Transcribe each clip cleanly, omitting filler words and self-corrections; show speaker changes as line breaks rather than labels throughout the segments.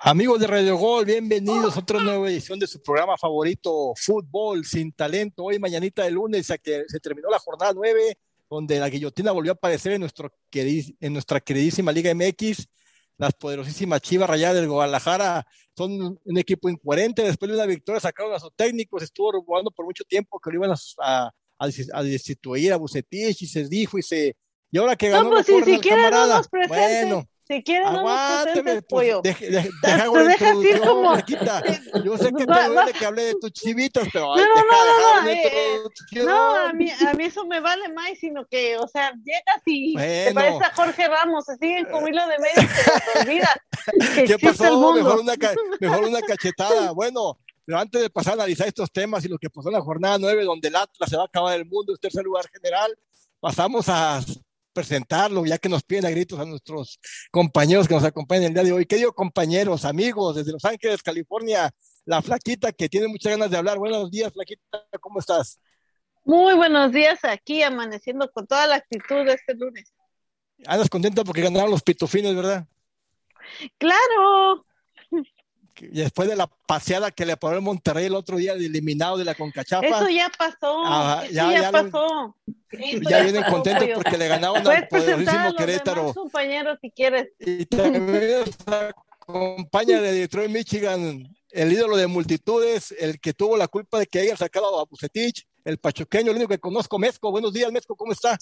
Amigos de Radio Gol, bienvenidos a otra nueva edición de su programa favorito, Fútbol Sin Talento. Hoy, mañanita de lunes, a que se terminó la jornada 9, donde la guillotina volvió a aparecer en nuestra queridísima Liga MX. Las poderosísimas Chivas Rayadas del Guadalajara son un equipo incoherente. Después de una victoria sacaron a sus técnicos, estuvo rumorando por mucho tiempo que lo iban a destituir a Bucetich, y se dijo y ahora que ganó
No, pues
lo corren
si
al
quieres no
camarada.
nos presentes.
Bueno,
Si quieres no nos
aguánteme,
presentes,
pues,
pollo.
deja
Te
la
dejas ir
introducción,
como...
Flaquita. Yo sé que te duele que hable de tus chivitas, pero
No,
ay,
no, no,
deja
no, no.
una
No,
introducción.
a mí eso me vale más, sino que, o sea, llegas y te parece
Bueno,
a Jorge Ramos, se siguen como hilo de medio y se les olvida que
¿qué
existe el
pasó?
mundo.
Mejor una cachetada. Bueno, pero antes de pasar a analizar estos temas y lo que pasó en la jornada 9, donde el Atlas se va a acabar el mundo, es tercer lugar general, pasamos a presentarlo, ya que nos piden a gritos a nuestros compañeros que nos acompañan el día de hoy. ¿Qué digo, compañeros, amigos, desde Los Ángeles, California? La Flaquita, que tiene muchas ganas de hablar. Buenos días, Flaquita, ¿cómo estás?
Muy buenos días aquí, amaneciendo con toda la actitud de este lunes.
Andas contenta porque ganaron los pitufines, ¿verdad?
¡Claro!
Y después de la paseada que le paró el Monterrey el otro día, de eliminado de la
Eso
CONCACHAFA,
ya pasó,
ah,
eso ya pasó. Eso
ya
ya
vienen
pasó,
contentos
pollo.
porque le ganaron al
Puedes presentar a
poderosísimo
los demás
Querétaro.
compañeros si quieres.
Y también nos acompaña de Detroit, Michigan, el ídolo de multitudes, el que tuvo la culpa de que hayan sacado a Bucetich, el pachuqueño, el único que conozco, Mezco. Buenos días, Mezco, ¿cómo está?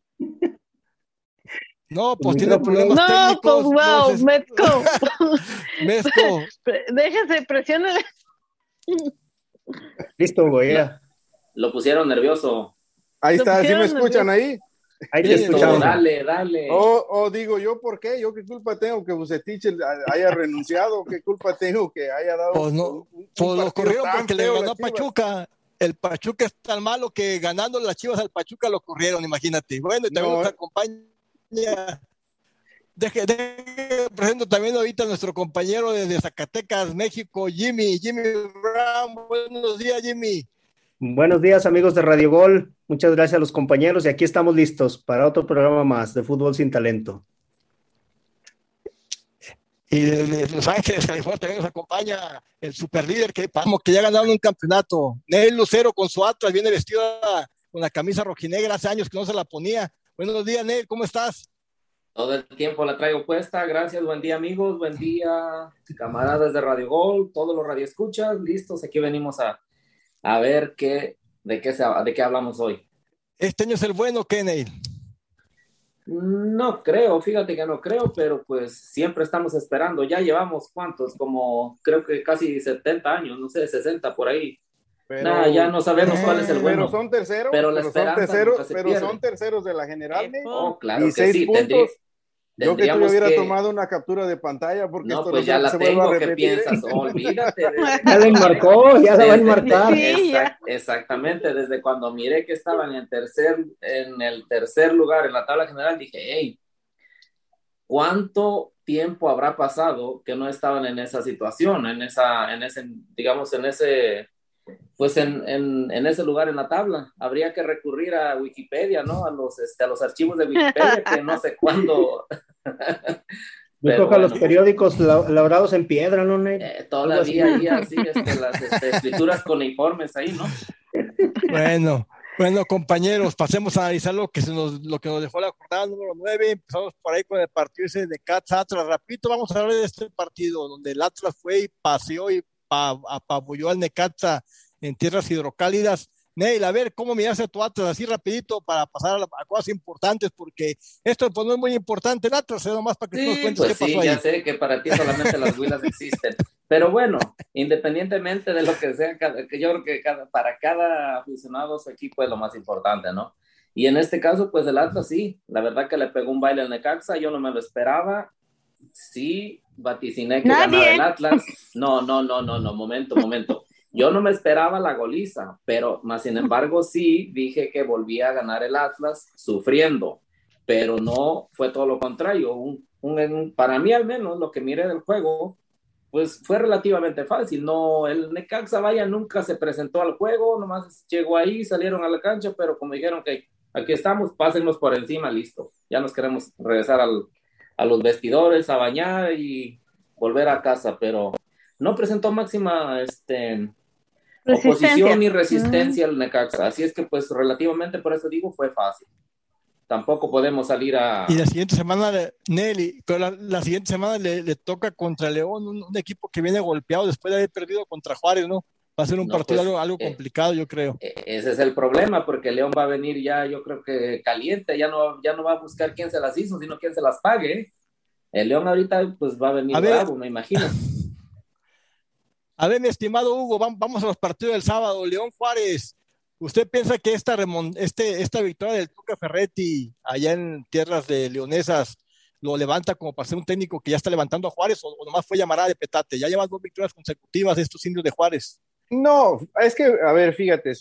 No,
El
pues tiene
micrófono.
problemas
No, pues
técnicos, no
wow,
sé.
Metco.
Mezco,
Déjese, presiónele.
Listo, güey,
Lo,
ya.
lo pusieron nervioso.
Ahí
Lo
está, ¿sí me
pusieron
escuchan
nervioso.
ahí?
Ahí te
Listo,
escuchamos.
Dale.
Digo yo, ¿por qué? ¿Yo qué culpa tengo que Bucetich haya renunciado? ¿Qué culpa tengo que haya dado
pues no,
un
pues lo
partido
corrieron
tan
porque le
feo
ganó
las
a
Chivas?
Pachuca. El Pachuca es tan malo que ganando las Chivas al Pachuca lo corrieron, imagínate. Bueno, y también
No,
nos acompaña. Presento también ahorita a nuestro compañero desde Zacatecas, México, Jimmy Brown. Buenos días, Jimmy.
Buenos días, amigos de Radio Gol. Muchas gracias a los compañeros y aquí estamos listos para otro programa más de Fútbol Sin Talento.
Y desde Los Ángeles, California, también nos acompaña el superlíder como que ya ganaron un campeonato. Nel Lucero con su Atlas, viene vestido con la camisa rojinegra, hace años que no se la ponía. Buenos días, Nel, ¿cómo estás?
Todo el tiempo la traigo puesta. Gracias, buen día, amigos. Buen día, camaradas de Radio Gol, todos los radioescuchas. Listos, aquí venimos a ver de qué hablamos hoy.
Este año es el bueno, ¿qué, Nel?
No creo, fíjate que no creo, pero pues siempre estamos esperando. Ya llevamos, ¿cuántos? Como creo que casi 70 años, no sé, 60 por ahí. Ya no sabemos cuál es el bueno.
Pero son terceros,
Pero la esperanza nunca se pierde.
son terceros de la general, ¿eh?
Oh, claro
Y
que
6
sí.
puntos. Yo que tú
Tendríamos
hubiera
que...
tomado una captura de pantalla porque
No,
esto
pues
no
ya
creo que
la
se vuelva a
tengo. ¿Qué
repetir, ¿eh?
piensas? Olvídate.
Ya la enmarcó, ya la va a enmarcar.
Sí, ya.
Exactamente. Desde cuando miré que estaban en el tercer lugar en la tabla general, dije, hey, ¿cuánto tiempo habrá pasado que no estaban en esa situación, digamos, pues en ese lugar en la tabla? Habría que recurrir a Wikipedia, ¿no? A los archivos de Wikipedia, que no sé cuándo.
Me toca los periódicos labrados en piedra, ¿no, Ney?
Todavía ahí así, las escrituras cuneiformes ahí, ¿no?
Bueno, compañeros, pasemos a analizar lo que nos dejó la jornada número 9. Empezamos por ahí con el partido ese de Cats Atlas. Rapidito vamos a hablar de este partido donde el Atlas fue y paseó y apabulló al Necaxa en tierras hidrocálidas. Neil, a ver, ¿cómo miraste a tu Atlas así rapidito para pasar a cosas importantes? Porque esto pues no es muy importante el Atlas, es nomás para que tú nos cuentes
pues
qué pasó
sí,
ahí.
ya sé que para ti solamente las huilas existen, pero bueno, independientemente de lo que sea, que yo creo que para cada aficionado su equipo es lo más importante, ¿no? Y en este caso, pues el Atlas sí, la verdad que le pegó un baile al Necaxa, yo no me lo esperaba, sí, vaticiné que ganara el Atlas, no, momento. Yo no me esperaba la goliza, pero más sin embargo sí dije que volvía a ganar el Atlas sufriendo, pero no fue todo lo contrario. Para mí al menos lo que miré del juego, pues fue relativamente fácil. No, el Necaxa vaya nunca se presentó al juego, nomás llegó ahí, salieron a la cancha, pero como dijeron que aquí estamos, pásennos por encima, listo. Ya nos queremos regresar a los vestidores, a bañar y volver a casa, pero no presentó máxima
Resistencia.
oposición y resistencia al Necaxa, así es que pues relativamente, por eso digo, fue fácil. Tampoco podemos salir a...
Y la siguiente semana, Nelly, pero la siguiente semana le toca contra León, un equipo que viene golpeado después de haber perdido contra Juárez, ¿no? Va a ser un
No,
partido
pues,
algo complicado, yo creo.
Ese es el problema, porque León va a venir ya, yo creo que caliente, ya no va a buscar quién se las hizo, sino quién se las pague. El León ahorita pues va a venir bravo, me imagino.
A ver, mi estimado Hugo, vamos a los partidos del sábado. León Juárez, ¿usted piensa que esta victoria del Tuca Ferretti allá en tierras de leonesas lo levanta como para ser un técnico que ya está levantando a Juárez o nomás fue llamada de petate? Ya llevan 2 victorias consecutivas estos indios de Juárez.
No, es que, a ver, fíjate,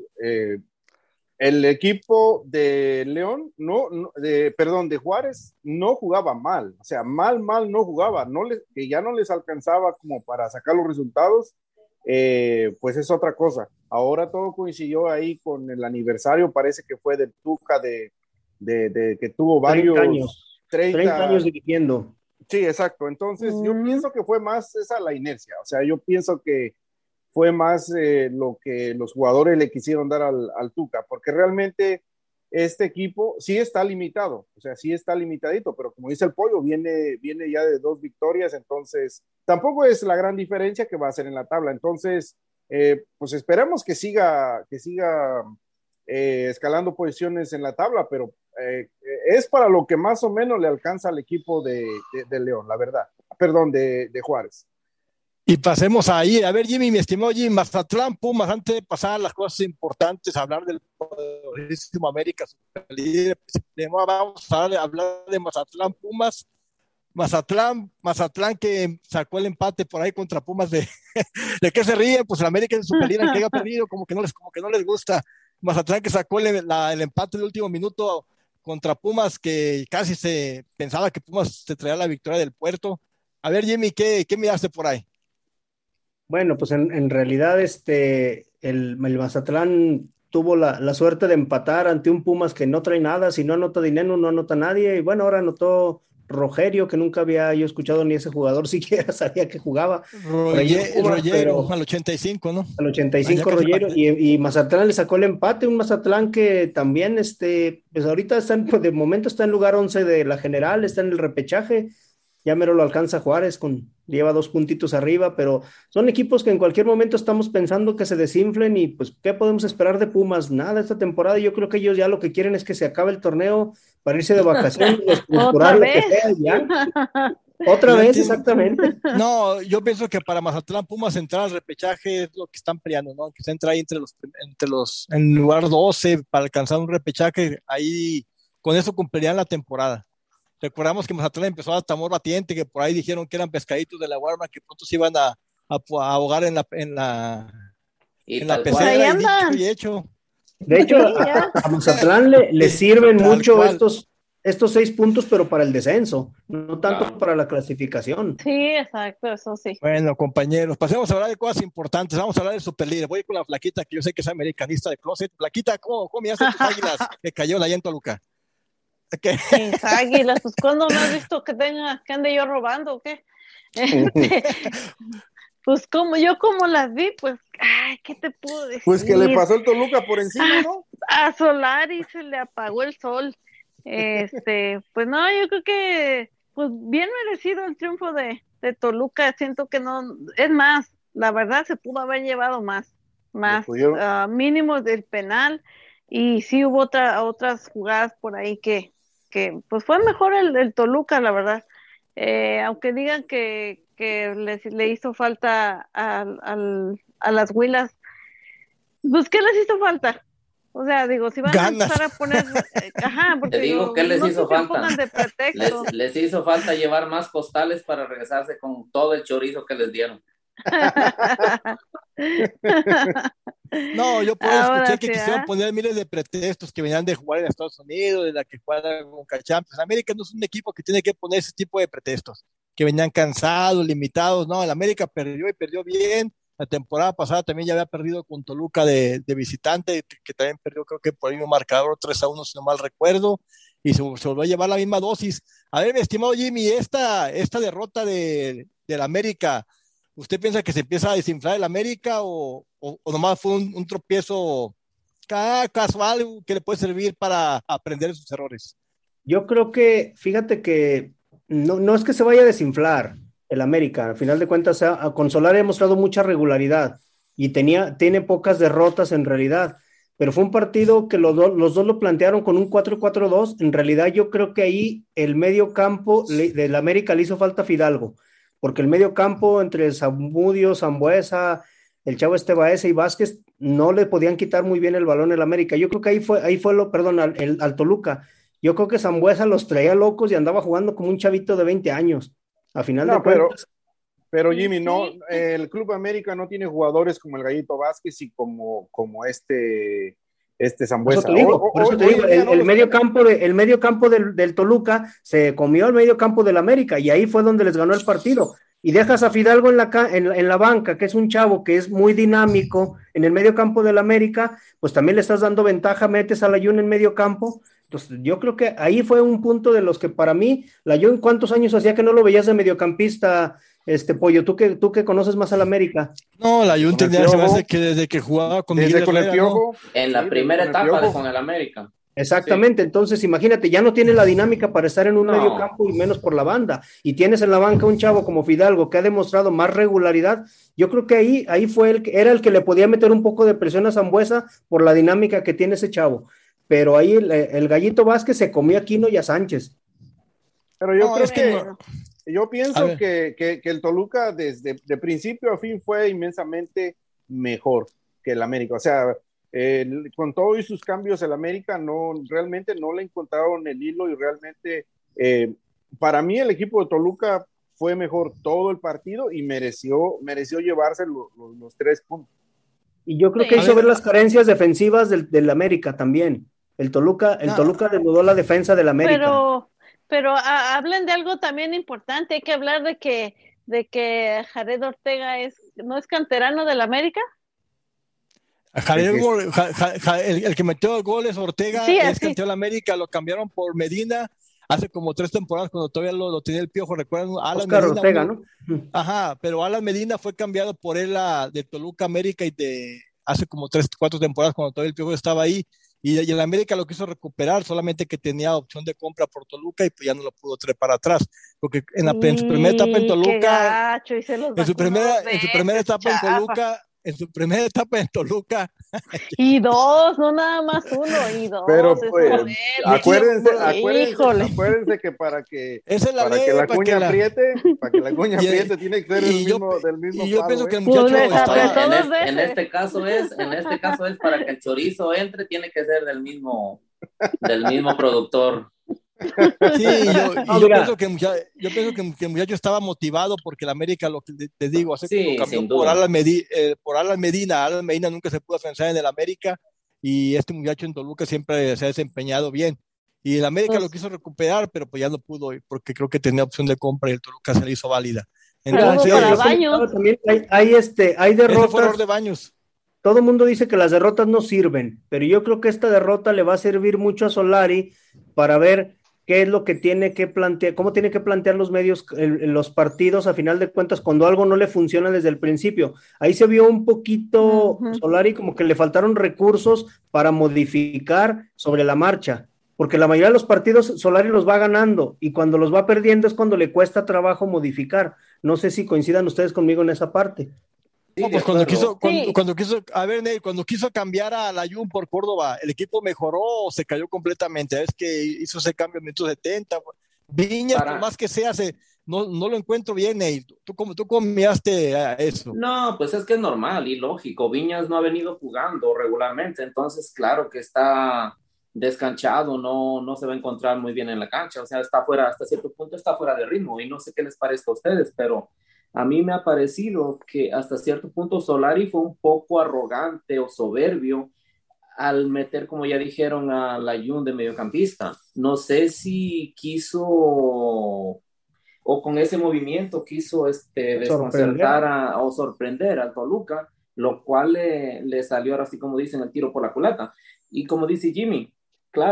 el equipo de León, de Juárez, no jugaba mal, o sea, mal no jugaba, que ya no les alcanzaba como para sacar los resultados, pues es otra cosa. Ahora todo coincidió ahí con el aniversario, parece que fue del Tuca de que tuvo varios
30 años dirigiendo.
Sí, exacto. Entonces, yo pienso que fue más esa la inercia, o sea, yo pienso que fue más lo que los jugadores le quisieron dar al Tuca, porque realmente este equipo sí está limitado, o sea, sí está limitadito, pero como dice el Pollo, viene ya de 2 victorias, entonces tampoco es la gran diferencia que va a hacer en la tabla. Entonces, pues esperemos que siga escalando posiciones en la tabla, pero es para lo que más o menos le alcanza al equipo de León, la verdad, perdón, de Juárez.
Y pasemos ahí. A ver, Jimmy, mi estimado Jimmy, Mazatlán, Pumas, antes de pasar a las cosas importantes, hablar del poderísimo América Superlíder, vamos a hablar de Mazatlán, Pumas. Mazatlán que sacó el empate por ahí contra Pumas. ¿De qué se ríen? Pues el América en Superlíder que haya perdido, como que no les gusta. Mazatlán que sacó el empate de último minuto contra Pumas, que casi se pensaba que Pumas se traía la victoria del Puerto. A ver, Jimmy, ¿qué miraste por ahí?
Bueno, pues en realidad el Mazatlán tuvo la suerte de empatar ante un Pumas que no trae nada, si no anota Dineno, no anota nadie, y bueno, ahora anotó Rogerio, que nunca había yo escuchado ni ese jugador, siquiera sabía que jugaba.
Rogerio, al 85, ¿no?
Al 85 Rogerio, y Mazatlán le sacó el empate, un Mazatlán que también, pues ahorita de momento está en lugar 11 de la general, está en el repechaje, ya mero lo alcanza Juárez, lleva 2 puntitos arriba, pero son equipos que en cualquier momento estamos pensando que se desinflen y pues, ¿qué podemos esperar de Pumas? Nada esta temporada, yo creo que ellos ya lo que quieren es que se acabe el torneo para irse de vacaciones, estructurar lo que sea, ya. Otra vez, exactamente.
No, yo pienso que para Mazatlán, Pumas entrar al repechaje es lo que están peleando, ¿no? Que se entra ahí en lugar 12 para alcanzar un repechaje, ahí con eso cumplirían la temporada. Recordamos que Mazatlán empezó a tambor batiente, que por ahí dijeron que eran pescaditos de la Guarma, que pronto se iban a ahogar en la pecera, y dicho y hecho.
De hecho, a Mazatlán le sirven mucho estos 6 puntos, pero para el descenso, no tanto para la clasificación.
Sí, exacto, eso sí.
Bueno, compañeros, pasemos a hablar de cosas importantes. Vamos a hablar del Superlíder. Voy con la Flaquita, que yo sé que es americanista de closet. Flaquita, ¿cómo miraste tus Águilas que cayó allá en Toluca?
Okay. Mis Águilas, pues ¿cuándo no has visto que ande yo robando o qué? Pues como las vi, pues, ay, ¿qué te puedo decir?
Pues que le pasó el Toluca por encima, ¿no?
A Solari se le apagó el sol. Pues no, yo creo que pues bien merecido el triunfo de Toluca. Siento que no, es más, la verdad se pudo haber llevado más mínimo del penal, y sí hubo otras jugadas por ahí que pues fue mejor el Toluca, la verdad. Aunque digan que le hizo falta a las Huilas, pues ¿qué les hizo falta? O sea, digo, si van a empezar a poner porque
te digo que les hizo falta.
De pretexto.
Les hizo falta llevar más costales para regresarse con todo el chorizo que les dieron.
No, yo por eso escuché que quisieron poner miles de pretextos, que venían de jugar en Estados Unidos, de la que jugaban con Champions. América no es un equipo que tiene que poner ese tipo de pretextos, que venían cansados, limitados. No, el América perdió y perdió bien. La temporada pasada también ya había perdido con Toluca de visitante, que también perdió, creo que por ahí un marcador 3-1, si no mal recuerdo, y se volvió a llevar la misma dosis. A ver, mi estimado Jimmy, esta derrota de del América, ¿usted piensa que se empieza a desinflar el América o nomás fue un tropiezo casual que le puede servir para aprender de sus errores?
Yo creo que, fíjate que no es que se vaya a desinflar el América, al final de cuentas, con Solari ha mostrado mucha regularidad y tiene pocas derrotas en realidad, pero fue un partido que los dos lo plantearon con un 4-4-2. En realidad yo creo que ahí el medio campo del América le hizo falta a Fidalgo, porque el medio campo entre Zamudio, Sambuesa, el Chavo Baeza y Vázquez no le podían quitar muy bien el balón al América. Yo creo que ahí fue perdón, al Toluca. Yo creo que Sambuesa los traía locos y andaba jugando como un chavito de 20 años. A final de cuentas.
Pero Jimmy, no, el Club América no tiene jugadores como el Gallito Vázquez y como este Sambuesa.
Por eso te digo, el medio campo del Toluca se comió el medio campo del América y ahí fue donde les ganó el partido. Y dejas a Fidalgo en la banca, que es un chavo que es muy dinámico en el medio campo del América, pues también le estás dando ventaja, metes a Layún en medio campo. Entonces yo creo que ahí fue un punto de los que para mí, Layún, ¿cuántos años hacía que no lo veías de mediocampista, Pollo? Tú que conoces más al América.
No, Layún tenía, se me hace que desde que jugaba con Miguel
con el Piojo.
¿No? En la primera etapa con el América.
Exactamente, sí. Entonces imagínate, ya no tiene la dinámica para estar en un medio campo y menos por la banda, y tienes en la banca un chavo como Fidalgo que ha demostrado más regularidad. Yo creo que ahí fue era el que le podía meter un poco de presión a Sambuesa por la dinámica que tiene ese chavo, pero ahí el Gallito Vázquez se comió a Aquino y a Sánchez.
Pero yo creo yo pienso que el Toluca desde de principio a fin fue inmensamente mejor que el América, o sea, con todos y sus cambios el América realmente no le encontraron el hilo y realmente para mí el equipo de Toluca fue mejor todo el partido y mereció llevarse los 3 puntos.
Y yo creo que hizo ver las carencias defensivas del América también. El Toluca desnudó la defensa del América.
Pero hablan de algo también importante, hay que hablar de que Jared Ortega no es canterano del América.
El que metió el gol es Ortega, sí, es campeón de América, lo cambiaron por Medina hace como 3 temporadas cuando todavía lo tenía el Piojo, recuerdan, Alan
Oscar
Medina,
Ortega, ¿no?
Ajá, pero Alan Medina fue cambiado por él de Toluca América y hace como 3-4 temporadas cuando todavía el Piojo estaba ahí, y el América lo quiso recuperar, solamente que tenía opción de compra por Toluca y pues ya no lo pudo trepar atrás, porque en su primera etapa en Toluca, en su primera etapa en Toluca,
y 2, no nada más 1 y 2.
Pero pues, acuérdense que para que la cuña apriete, tiene que ser del mismo
yo
palo,
pienso que el muchacho
en este caso es para que el chorizo entre, tiene que ser del mismo productor.
Sí, yo pienso que el muchacho estaba motivado porque el América, lo que te digo, lo cambió por Alan Medina. Alan Medina nunca se pudo afianzar en el América y este muchacho en Toluca siempre se ha desempeñado bien. Y el América lo quiso recuperar, pero pues ya no pudo porque creo que tenía opción de compra y el Toluca se le hizo válida.
Entonces, también hay derrotas.
Ese fue error de Baños.
Todo el mundo dice que las derrotas no sirven, pero yo creo que esta derrota le va a servir mucho a Solari para ver qué es lo que tiene que plantear, cómo tiene que plantear los medios, los partidos, a final de cuentas, cuando algo no le funciona desde el principio. Ahí se vio un poquito Solari como que le faltaron recursos para modificar sobre la marcha, porque la mayoría de los partidos Solari los va ganando y cuando los va perdiendo es cuando le cuesta trabajo modificar. No sé si coincidan ustedes conmigo en esa parte.
No, pues cuando quiso cambiar a Layún por Córdoba, ¿el equipo mejoró o se cayó completamente? Es que hizo ese cambio en minutos 70. Viñas, por más que sea, no lo encuentro bien, Ney. ¿Tú cómo miraste a eso?
No, pues es que es normal y lógico. Viñas no ha venido jugando regularmente, entonces claro que está descanchado, no se va a encontrar muy bien en la cancha. O sea, está fuera, hasta cierto punto está fuera de ritmo y no sé qué les parezca a ustedes, pero a mí me ha parecido que hasta cierto punto Solari fue un poco arrogante o soberbio al meter, como ya dijeron, a Layún de mediocampista. No sé si quiso, o con ese movimiento quiso desconcertar o sorprender al Toluca, lo cual le salió ahora sí, como dicen, el tiro por la culata. Y como dice Jimmy, claro,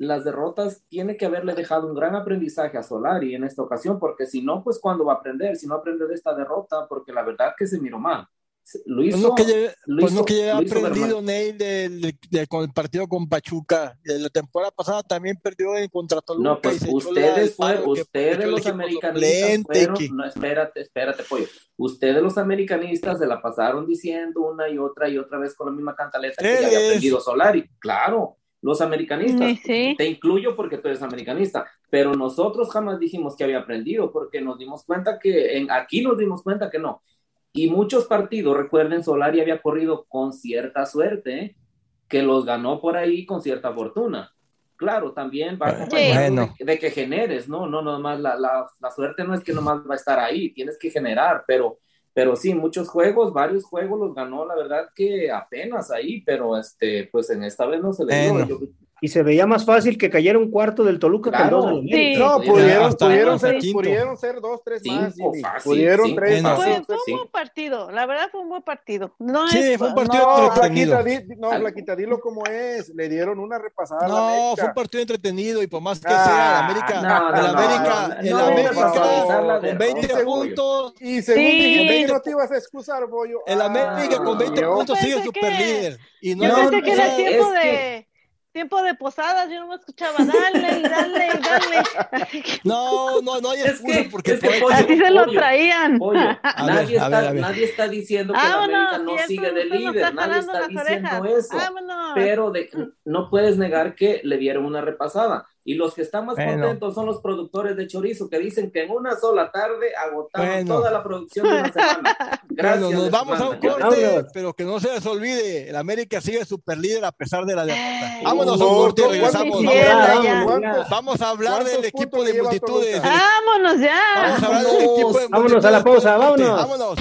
las derrotas tiene que haberle dejado un gran aprendizaje a Solari en esta ocasión, porque si no, pues ¿cuándo va a aprender? Si no aprende de esta derrota, porque la verdad que se miró mal. Lo hizo,
pues no que ya ha aprendido Neil con el partido con Pachuca. La temporada pasada también perdió contra Toluca.
No, pues ustedes los americanistas fueron, no, espérate, pollo. Ustedes los americanistas se la pasaron diciendo una y otra vez con la misma cantaleta que ya había aprendido Solari. Claro, los americanistas, sí. Te incluyo porque tú eres americanista, pero nosotros jamás dijimos que había aprendido, porque nos dimos cuenta que aquí nos dimos cuenta que no. Y muchos partidos, recuerden, Solari había corrido con cierta suerte, que los ganó por ahí con cierta fortuna. Claro, también va acompañado de que generes, no nomás la suerte no es que nomás va a estar ahí, tienes que generar, pero sí, varios juegos los ganó, la verdad que apenas ahí, pero pues en esta vez no se le dio.
Y se veía más fácil que cayera un cuarto del Toluca que el 2 del América.
Sí.
No, pudieron ser 2, 3 más. Pudieron 3 más.
Fue un buen partido, la verdad fue un buen partido.
Fue un partido entretenido.
Flaquita, dilo como es. Le dieron una repasada.
No, fue un partido entretenido y por más que sea el América con 20 puntos.
Y según dijiste que no te ibas a excusar, Bollo.
El América con 20 puntos sigue super líder.
Yo pensé que era tiempo de posadas, yo no me escuchaba, dale.
No hay excusa porque
así se lo traían.
Nadie está diciendo que el América no sigue de líder, nadie está diciendo eso. Pero no puedes negar que le dieron una repasada. Y los que están más contentos son los productores de chorizo, que dicen que en una sola tarde agotaron toda la producción de una semana. Gracias.
Nos vamos a un corte, pero que no se les olvide, el América sigue super líder a pesar de la derrota. Vámonos a un corte y regresamos. Vamos a hablar del equipo de multitudes.
Vámonos ya.
Vamos a hablar del equipo de multitudes.
Vámonos a la pausa, vámonos.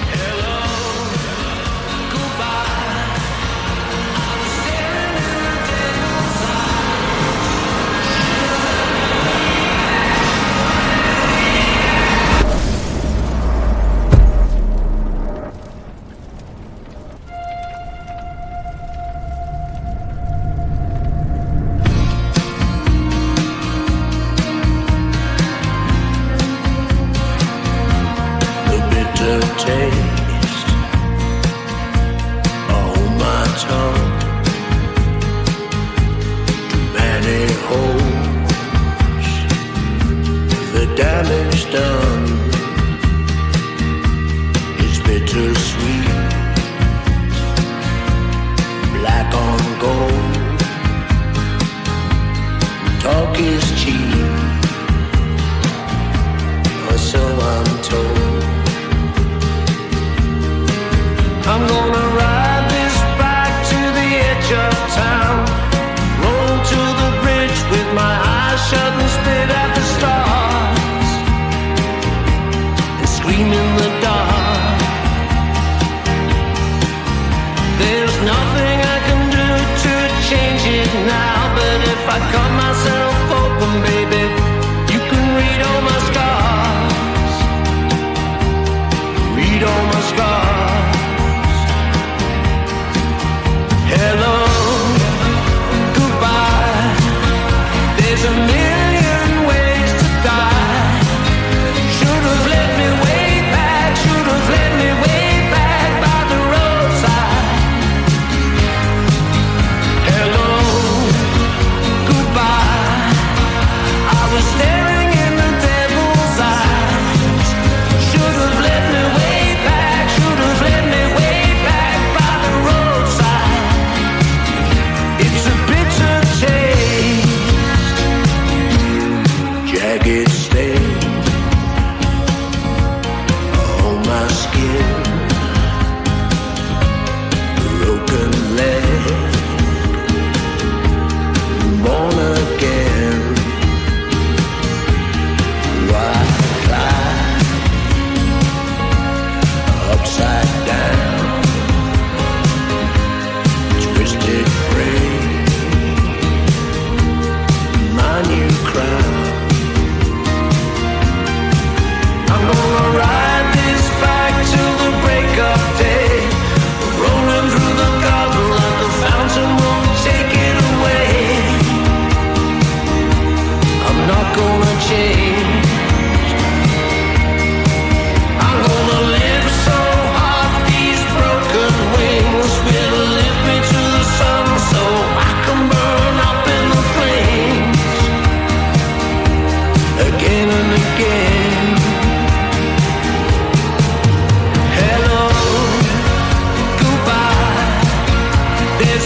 Staring in the depths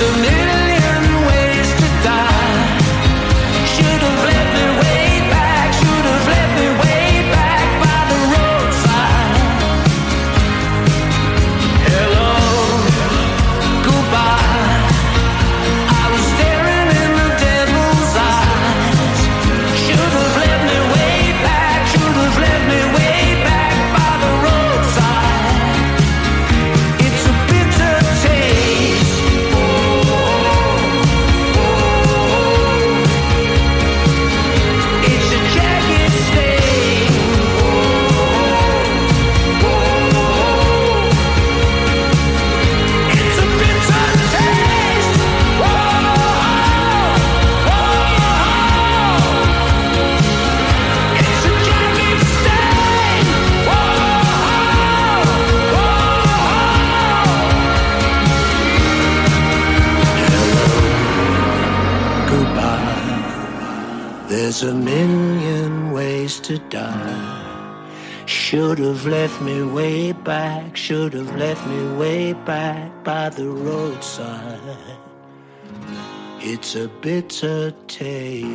a million ways to die. Should have left me way back, should have left me way back by the roadside. Hello, goodbye. I was staring in the devil's eyes. Should have left me way back, should have left me way back by the roadside. It's a bitter taste. It's a jagged stain. It's a bitter taste. It's a jagged stain. Goodbye. There's a million ways to die. Should have left me way back, should have left me way back by the roadside. It's a bitter taste.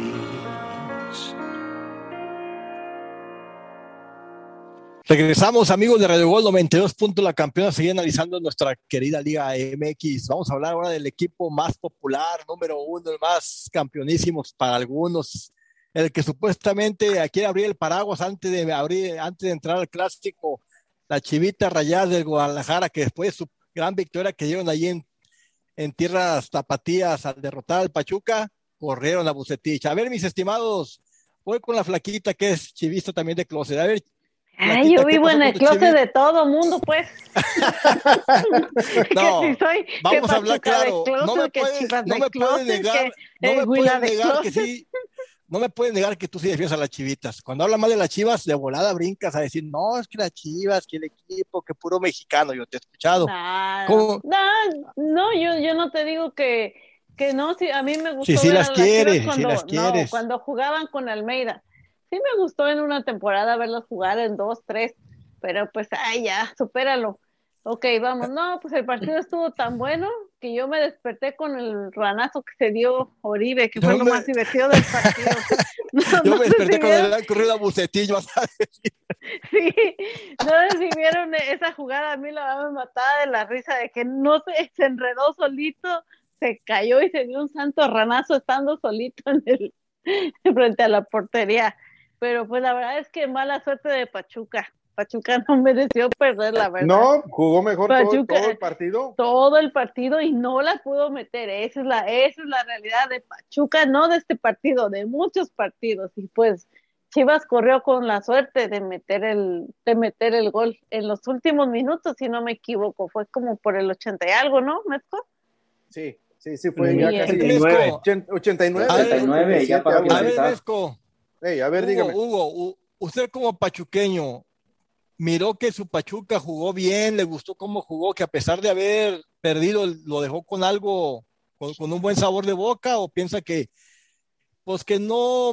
Regresamos, amigos de Radio Gol 92. La campeona, sigue analizando nuestra querida Liga MX. Vamos a hablar ahora del equipo más popular, número uno, el más campeonísimos para algunos, el que supuestamente quiere abrir el paraguas antes de entrar al clásico, la Chivita Rayadas del Guadalajara, que después de su gran victoria que dieron allí en tierras tapatías al derrotar al Pachuca, corrieron a Vucetich. A ver, mis estimados, voy con la flaquita que es chivista también de closet. A ver,
ay, yo vivo en el closet de todo mundo, pues.
No,
que si soy,
vamos a hablar claro.
Closet,
No me puedes negar que sí. No me puedes negar que tú sí defiendes a las Chivitas. Cuando habla mal de las Chivas, de volada brincas a decir, no, es que las Chivas, que el equipo, que puro mexicano. Yo te he escuchado.
No, yo no te digo que no, sí, a mí me gustó.
Sí las quieres,
cuando,
sí las quieres.
No, cuando jugaban con Almeida. Sí me gustó en una temporada verlos jugar en 2, 3, pero pues, ya, supéralo. Ok, vamos, no, pues el partido estuvo tan bueno que yo me desperté con el ranazo que se dio Oribe, que fue lo más divertido del partido.
Yo me desperté con el corrido a Vucetich, vas a decir.
Sí, no sé si vieron esa jugada, a mí la verdad me mataba de la risa de que no se enredó solito, se cayó y se dio un santo ranazo estando solito frente a la portería. Pero pues la verdad es que mala suerte de Pachuca. Pachuca no mereció perder, la verdad.
No, jugó mejor Pachuca, todo el partido.
Todo el partido y no la pudo meter. Esa es la realidad de Pachuca, no de este partido, de muchos partidos. Y pues Chivas corrió con la suerte de meter el gol en los últimos minutos, si no me equivoco. Fue como por el 80 y algo, ¿no, Mezco?
Sí, fue ya casi 89.
89, ya para finalizar.
A ver, Mezco.
A ver, dígame.
Hugo, usted como pachuqueño, miró que su Pachuca jugó bien, le gustó cómo jugó, que a pesar de haber perdido, lo dejó con algo, con un buen sabor de boca, o piensa que pues que no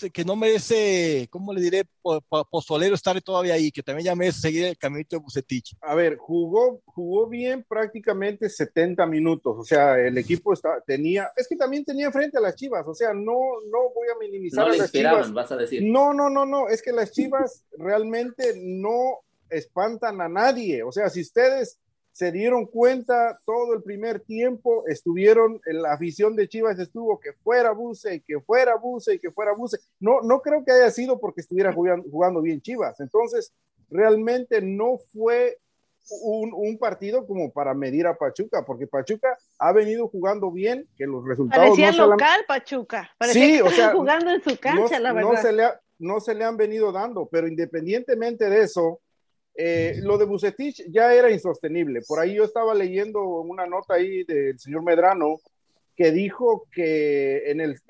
merece, ¿cómo le diré? Pozolero estar todavía ahí, que también ya merece seguir el caminito de Vucetich.
A ver, jugó bien prácticamente 70 minutos, o sea, el equipo es que también tenía frente a las Chivas, o sea, no voy a minimizar a las Chivas.
Vas a decir.
No, es que las Chivas realmente no espantan a nadie, o sea, si ustedes se dieron cuenta, todo el primer tiempo estuvieron, la afición de Chivas estuvo que fuera Buce y que fuera Buce y que fuera Buce. No creo que haya sido porque estuviera jugando bien Chivas. Entonces, realmente no fue un partido como para medir a Pachuca, porque Pachuca ha venido jugando bien, que los resultados
parecía local Pachuca, parecía
sí,
que estaba jugando en su cancha, la verdad.
No se le han venido dando, pero independientemente de eso, lo de Vucetich ya era insostenible. Por ahí yo estaba leyendo una nota ahí del señor Medrano que dijo que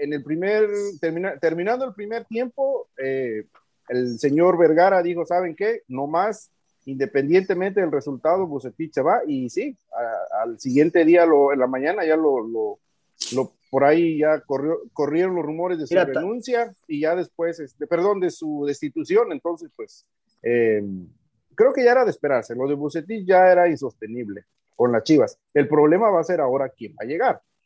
terminando el primer tiempo, el señor Vergara dijo, ¿saben qué? No más, independientemente del resultado, Vucetich se va, y sí, al siguiente día en la mañana ya por ahí ya corrieron los rumores de su renuncia y ya después, de su destitución. Entonces, pues, creo que ya era de esperarse. Lo de Vucetich ya era insostenible con las Chivas. El problema va a ser ahora quién va a llegar.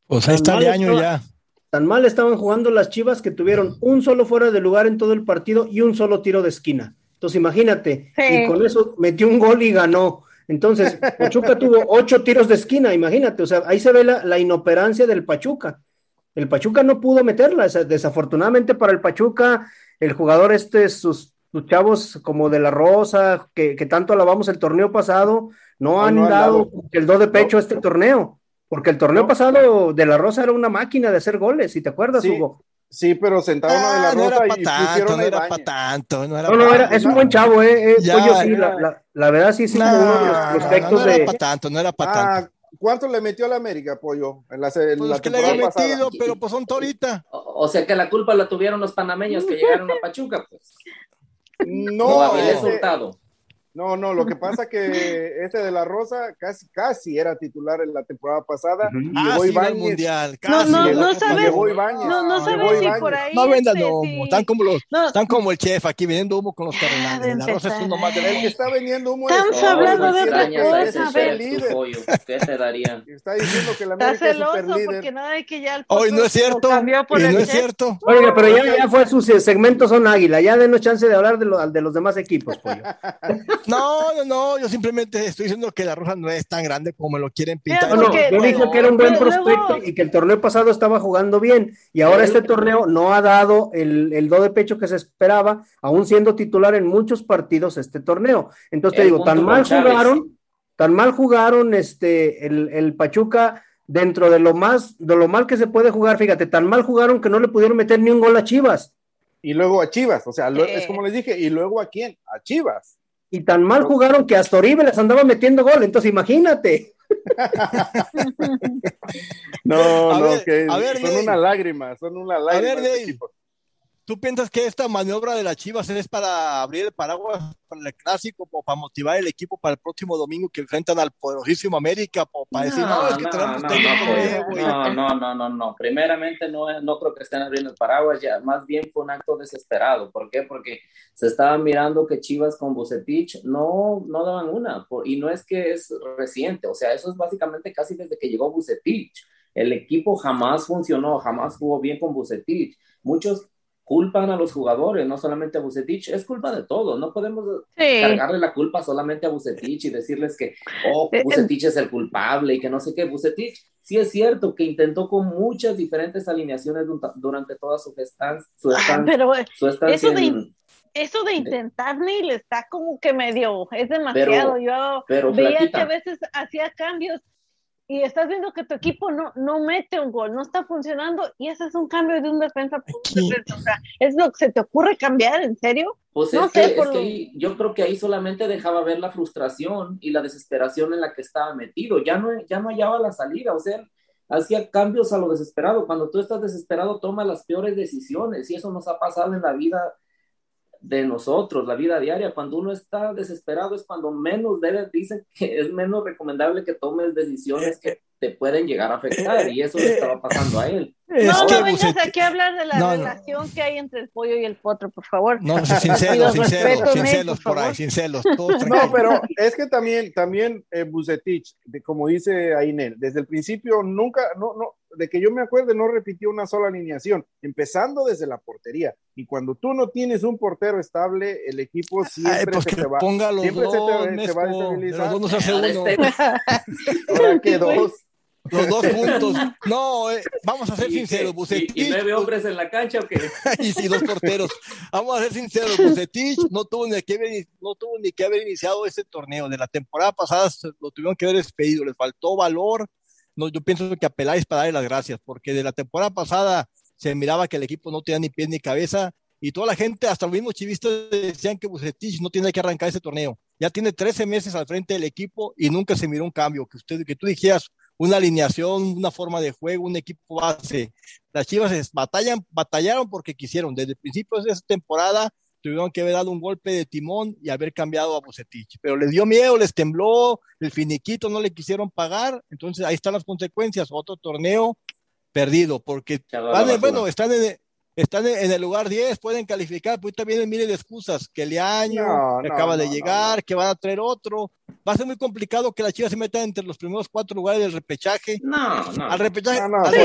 Pues ahí está
Tan
de
mal
año
estaba-
ya.
Tan mal estaban jugando las Chivas que tuvieron un solo fuera de lugar en todo el partido y un solo tiro de esquina. Entonces imagínate, y
Sí.
con eso metió un gol y ganó. Entonces, Pachuca tuvo 8 tiros de esquina, imagínate, o sea, ahí se ve la inoperancia del Pachuca. El Pachuca no pudo meterla, desafortunadamente para el Pachuca, el jugador sus chavos como de la Rosa, que tanto alabamos el torneo pasado, no
Hoy no
han
han
dado
dado,
el do de pecho
no,
a este torneo, porque el torneo
no,
pasado de la Rosa era una máquina de hacer goles, si te acuerdas,
sí,
Hugo.
sí, pero sentaron a De La
No era
Rosa
para
y
tanto,
pusieron
no
a
era para
Ibáñez.
tanto, no era
No, no,
para
Ah,
es
pues
un
no,
buen chavo, Pollo,
Ya,
sí, la verdad sí, sí, como uno de los
no
prospectos
era para
de...
tanto, no era para tanto.
¿cuánto le metió a la América, Pollo, en
Pues
la
los que le hayan
temporada pasada?
metido, pero pues son ahorita.
O sea que la culpa la tuvieron los panameños que llegaron a Pachuca, pues. O Avilés
No,
Hurtado.
no, lo que pasa que De La Rosa casi era titular en la temporada pasada
Ujú.
y llegó
Casi iba al
Ibáñez
mundial,
No,
casi
no,
de la
no
Copa
y
sabes,
del
llegó
Mundo.
Ibáñez,
no
llegó
sabes si por
Ibáñez.
ahí,
No vendan humo,
sí. No,
están como el chef aquí vendiendo humo con los
ya
cardenales.
de
De La Rosa es
empezar.
uno más del
El que
equipo.
está vendiendo humo es
Estamos
Oh,
hablando
tú
de otra
diciendo
extrañas a
que es
ese
cosa, a
super
ver.
chef, tu
líder.
pollo. ¿Qué te darían?
Está diciendo que el
Está
América es super
celoso
líder.
porque nada de que ya el
Hoy no
potro
es cierto,
lo cambió por
y
el
no es
chef.
cierto.
Oiga, pero
Es que
ya fue sus segmentos son águila, ya denos chance de hablar de los demás equipos, Pollo.
No, yo simplemente estoy diciendo que La Rosa no es tan grande como lo quieren
Mira,
pintar.
No,
Es
no,
un
porque
yo dije que era un buen prospecto
luego,
y que el torneo pasado estaba jugando bien y ahora este torneo no ha dado el do de pecho que se esperaba, aún siendo titular en muchos partidos este torneo. Entonces te
Él
digo,
junto con Chávez.
tan mal jugaron el Pachuca dentro de de lo mal que se puede jugar, fíjate, tan mal jugaron que no le pudieron meter ni un gol a Chivas.
Y luego a Chivas, o sea, es como les dije, y luego a quién, a Chivas.
Y tan mal jugaron que hasta Oribe les andaba metiendo gol, entonces imagínate.
Que
a ver,
son
Dave,
una lágrima
a ver,
este
Dave,
equipo.
¿tú piensas que esta maniobra de las Chivas es para abrir el paraguas para el clásico o para motivar el equipo para el próximo domingo que enfrentan al poderosísimo América o para decir, no, es que tenemos técnico nuevo?
No. Primeramente no creo que estén abriendo el paraguas, ya más bien fue un acto desesperado. ¿Por qué? Porque se estaba mirando que Chivas con Vucetich no daban una, y no es que es reciente, o sea, eso es básicamente casi desde que llegó Vucetich. El equipo jamás funcionó, jamás jugó bien con Vucetich. Muchos culpan a los jugadores, no solamente a Vucetich, es culpa de todos, no podemos cargarle la culpa solamente a Vucetich y decirles que, Vucetich es el culpable y que no sé qué. Vucetich sí es cierto que intentó con muchas diferentes alineaciones durante toda su estancia.
Pero eso de intentar, Neil, está como que medio, es demasiado. Yo veía flaquita, que a veces hacía cambios y estás viendo que tu equipo no mete un gol, no está funcionando, y ese es un cambio de un defensa por un defensa. O sea, ¿es lo que se te ocurre cambiar? ¿En serio?
Pues no sé, que yo creo que ahí solamente dejaba ver la frustración y la desesperación en la que estaba metido. Ya no hallaba la salida, o sea, hacía cambios a lo desesperado. Cuando tú estás desesperado, tomas las peores decisiones, y eso nos ha pasado en la vida de nosotros, la vida diaria. Cuando uno está desesperado es cuando menos dicen que es menos recomendable que tomes decisiones que te pueden llegar a afectar, y eso le estaba pasando a él.
No vengas aquí a hablar de la relación que hay entre el pollo y el potro, por favor.
No, sin celos por ahí, sin celos.
No, pero es que también Vucetich, como dice Ainel, desde el principio nunca, de que yo me acuerde, no repitió una sola alineación, empezando desde la portería. Y cuando tú no tienes un portero estable, el equipo siempre se te va.
Siempre
se va a destabilizar.
Los dos no se hace uno.
Ahora que dos.
Los dos juntos. No, vamos a ser sinceros, Vucetich.
¿Y 9 hombres en la cancha o qué?
Y sí, 2 porteros. Vamos a ser sinceros, Vucetich no tuvo ni que haber iniciado ese torneo. De la temporada pasada lo tuvieron que haber despedido. Les faltó valor. No, yo pienso que a Peláez para darle las gracias, porque de la temporada pasada se miraba que el equipo no tenía ni pies ni cabeza, y toda la gente, hasta los mismos chivistas, decían que Vucetich no tiene que arrancar ese torneo. Ya tiene 13 meses al frente del equipo y nunca se miró un cambio. Que tú dijeras una alineación, una forma de juego, un equipo base. Las Chivas batallaron porque quisieron. Desde el principio de esa temporada tuvieron que haber dado un golpe de timón y haber cambiado a Vucetich. Pero les dio miedo, les tembló, el finiquito no le quisieron pagar. Entonces ahí están las consecuencias. Otro torneo perdido, porque están están en el lugar 10, pueden calificar, pues también vienen miles de excusas, que Leaño, que acaba de llegar, que van a traer otro. Va a ser muy complicado que las Chivas se metan entre los primeros 4 lugares del repechaje. Al repechaje,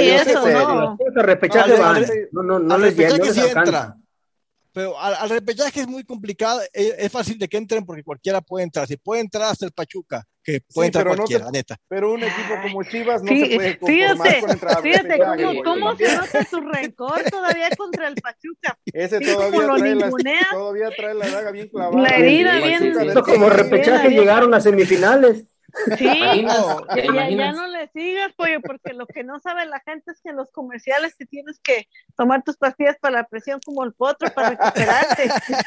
al repechaje
sí entra. Pero al repechaje es muy complicado, es fácil de que entren porque cualquiera puede entrar. Si puede entrar hasta el Pachuca, que puede entrar cualquiera, neta.
Pero un equipo como Chivas no se puede conformar con entrar al repechaje.
Fíjate cómo se nota tu rencor todavía contra el Pachuca.
Ese todavía trae la daga bien clavada.
La herida bien.
Como repechaje llegaron a semifinales.
Sí, ya no le sigas, pollo, porque lo que no sabe la gente es que en los comerciales te tienes que tomar tus pastillas para la presión como el potro para recuperarte.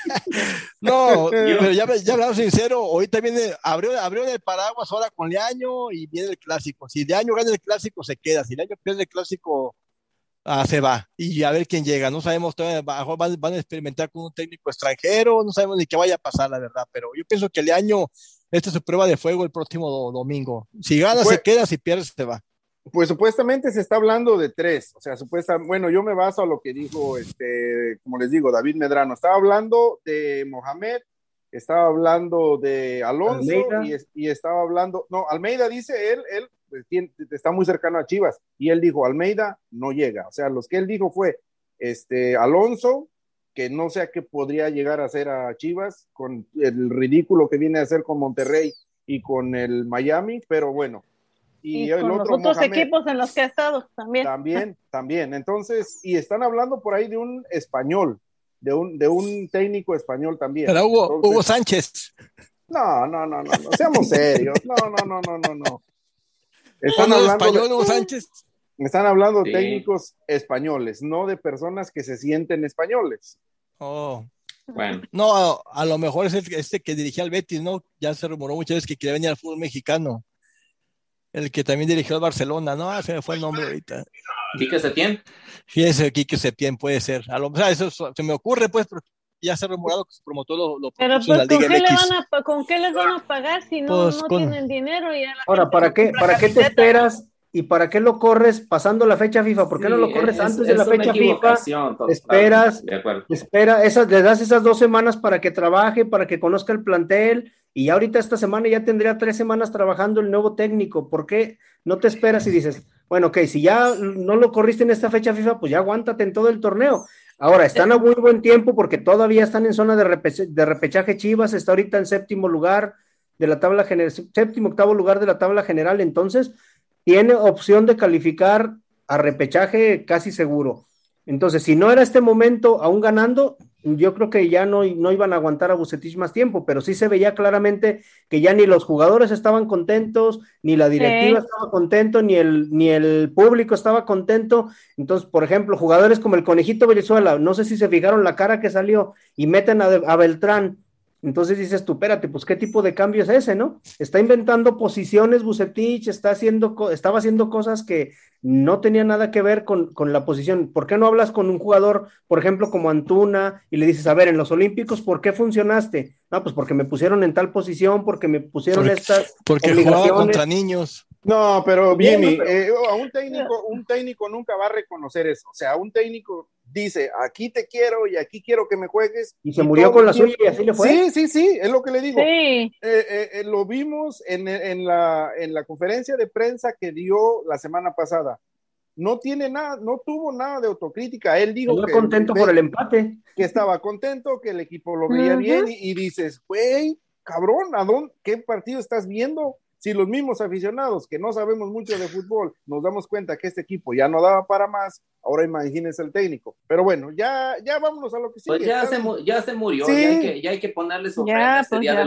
No, pero ya hablando sincero, ahorita abrió el paraguas ahora con Leaño y viene el clásico. Si Leaño gana el clásico, se queda. Si Leaño pierde el clásico, se va. Y a ver quién llega. No sabemos todavía, van a experimentar con un técnico extranjero, no sabemos ni qué vaya a pasar, la verdad, pero yo pienso que Leaño, esta es su prueba de fuego el próximo domingo. Si gana, se queda, si pierde, se va.
Pues supuestamente se está hablando de 3, o sea, bueno, yo me baso a lo que dijo, como les digo, David Medrano. Estaba hablando de Mohamed, estaba hablando de Alonso y estaba hablando, no, Almeida dice, él está muy cercano a Chivas, y él dijo, Almeida no llega, o sea, los que él dijo fue, Alonso, que no sé a qué podría llegar a hacer a Chivas, con el ridículo que viene a hacer con Monterrey y con el Miami, pero bueno.
Y el con otro, los otros Mohamed, equipos en los que ha estado también.
También. Entonces, y están hablando por ahí de un español, de un técnico español también.
Pero Hugo Sánchez.
No, seamos serios. No. Están hablando
español, Hugo Sánchez.
Están hablando de técnicos españoles, no de personas que se sienten españoles.
Bueno. No, a lo mejor es este que dirigía al Betis, ¿no? Ya se rumoró muchas veces que quería venir al fútbol mexicano. El que también dirigió al Barcelona, ¿no? Se me fue el nombre ahorita.
¿Quique Setién?
Sí, ese Quique Setién puede ser. O sea, eso se me ocurre, pues, porque ya se ha rumorado que su promotor lo
pero pues, ¿con qué les van a pagar si no tienen dinero?
Ahora, ¿para qué te esperas? ¿Y para qué lo corres pasando la fecha FIFA? ¿Por qué no lo corres antes de la fecha FIFA? Le das esas 2 semanas para que trabaje, para que conozca el plantel, y ahorita esta semana ya tendría 3 semanas trabajando el nuevo técnico. ¿Por qué no te esperas y dices, bueno, ok, si ya no lo corriste en esta fecha FIFA, pues ya aguántate en todo el torneo? Ahora, están a muy buen tiempo porque todavía están en zona de repechaje. Chivas está ahorita en 7º lugar de la tabla general, 7º, 8º lugar de la tabla general, entonces tiene opción de calificar a repechaje casi seguro. Entonces, si no era este momento aún ganando, yo creo que ya no iban a aguantar a Vucetich más tiempo, pero sí se veía claramente que ya ni los jugadores estaban contentos, ni la directiva estaba contento, ni el público estaba contento. Entonces, por ejemplo, jugadores como el Conejito Venezuela, no sé si se fijaron la cara que salió y meten a Beltrán. Entonces dices tú, espérate, pues ¿qué tipo de cambio es ese, no? Está inventando posiciones Vucetich, estaba haciendo cosas que no tenían nada que ver con la posición. ¿Por qué no hablas con un jugador, por ejemplo, como Antuna, y le dices, a ver, en los Olímpicos, ¿por qué funcionaste? No, pues porque me pusieron en tal posición, porque me pusieron
porque jugaba contra niños.
No, pero Jimmy, un técnico nunca va a reconocer eso. O sea, un técnico dice, aquí te quiero y aquí quiero que me juegues.
Y se murió con la suya y así le fue.
Sí, es lo que le digo.
Sí.
Lo vimos en la conferencia de prensa que dio la semana pasada. No tuvo nada de autocrítica. Él dijo
que contento por el empate.
Que estaba contento, que el equipo lo veía bien y dices, güey, cabrón, ¿qué partido estás viendo? Si los mismos aficionados que no sabemos mucho de fútbol nos damos cuenta que este equipo ya no daba para más, ahora imagínense el técnico. Pero bueno, ya vámonos a lo que sigue.
Pues ya se murió,
sí.
ya hay que ponerle su
ya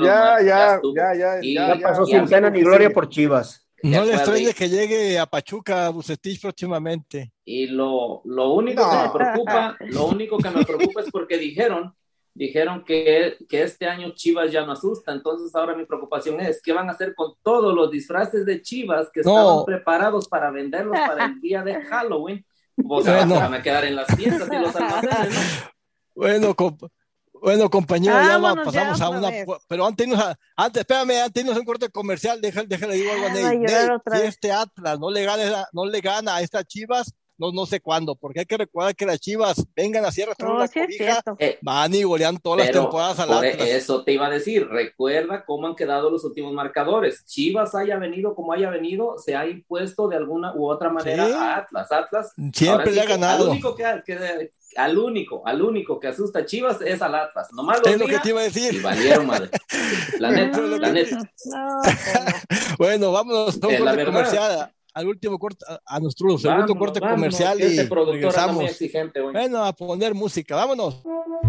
pasó sin pena ni gloria por Chivas.
No le extrañe que llegue a Pachuca a Vucetich próximamente.
Y lo único que me preocupa es porque dijeron que este año Chivas ya no asusta. Entonces ahora mi preocupación es qué van a hacer con todos los disfraces de Chivas que estaban preparados para venderlos para el día de Halloween. O sea, van a quedar en las tiendas y los almacenes, ¿no?
Bueno, compañero, pasamos a una. Pero antes irnos a un corte comercial, déjale digo algo a Ney. Si este Atlas no le gana a estas Chivas, no sé cuándo, porque hay que recordar que las Chivas vengan así a arrastrar una
sí es
cobija,
cierto.
van y golean todas las temporadas al
por
Atlas.
eso te iba a decir, recuerda cómo han quedado los últimos marcadores. Chivas haya venido como haya venido, se ha impuesto de alguna u otra manera a Atlas. Atlas
siempre le ha ganado.
Al único que asusta a Chivas es al Atlas. Nomás
es lo que te iba a decir.
Y valieron madre. La neta.
No.
Bueno, vámonos a un corte comercial, al último corte, a nuestro segundo corte comercial y regresamos.
Muy exigente hoy.
Bueno, a poner música, vámonos.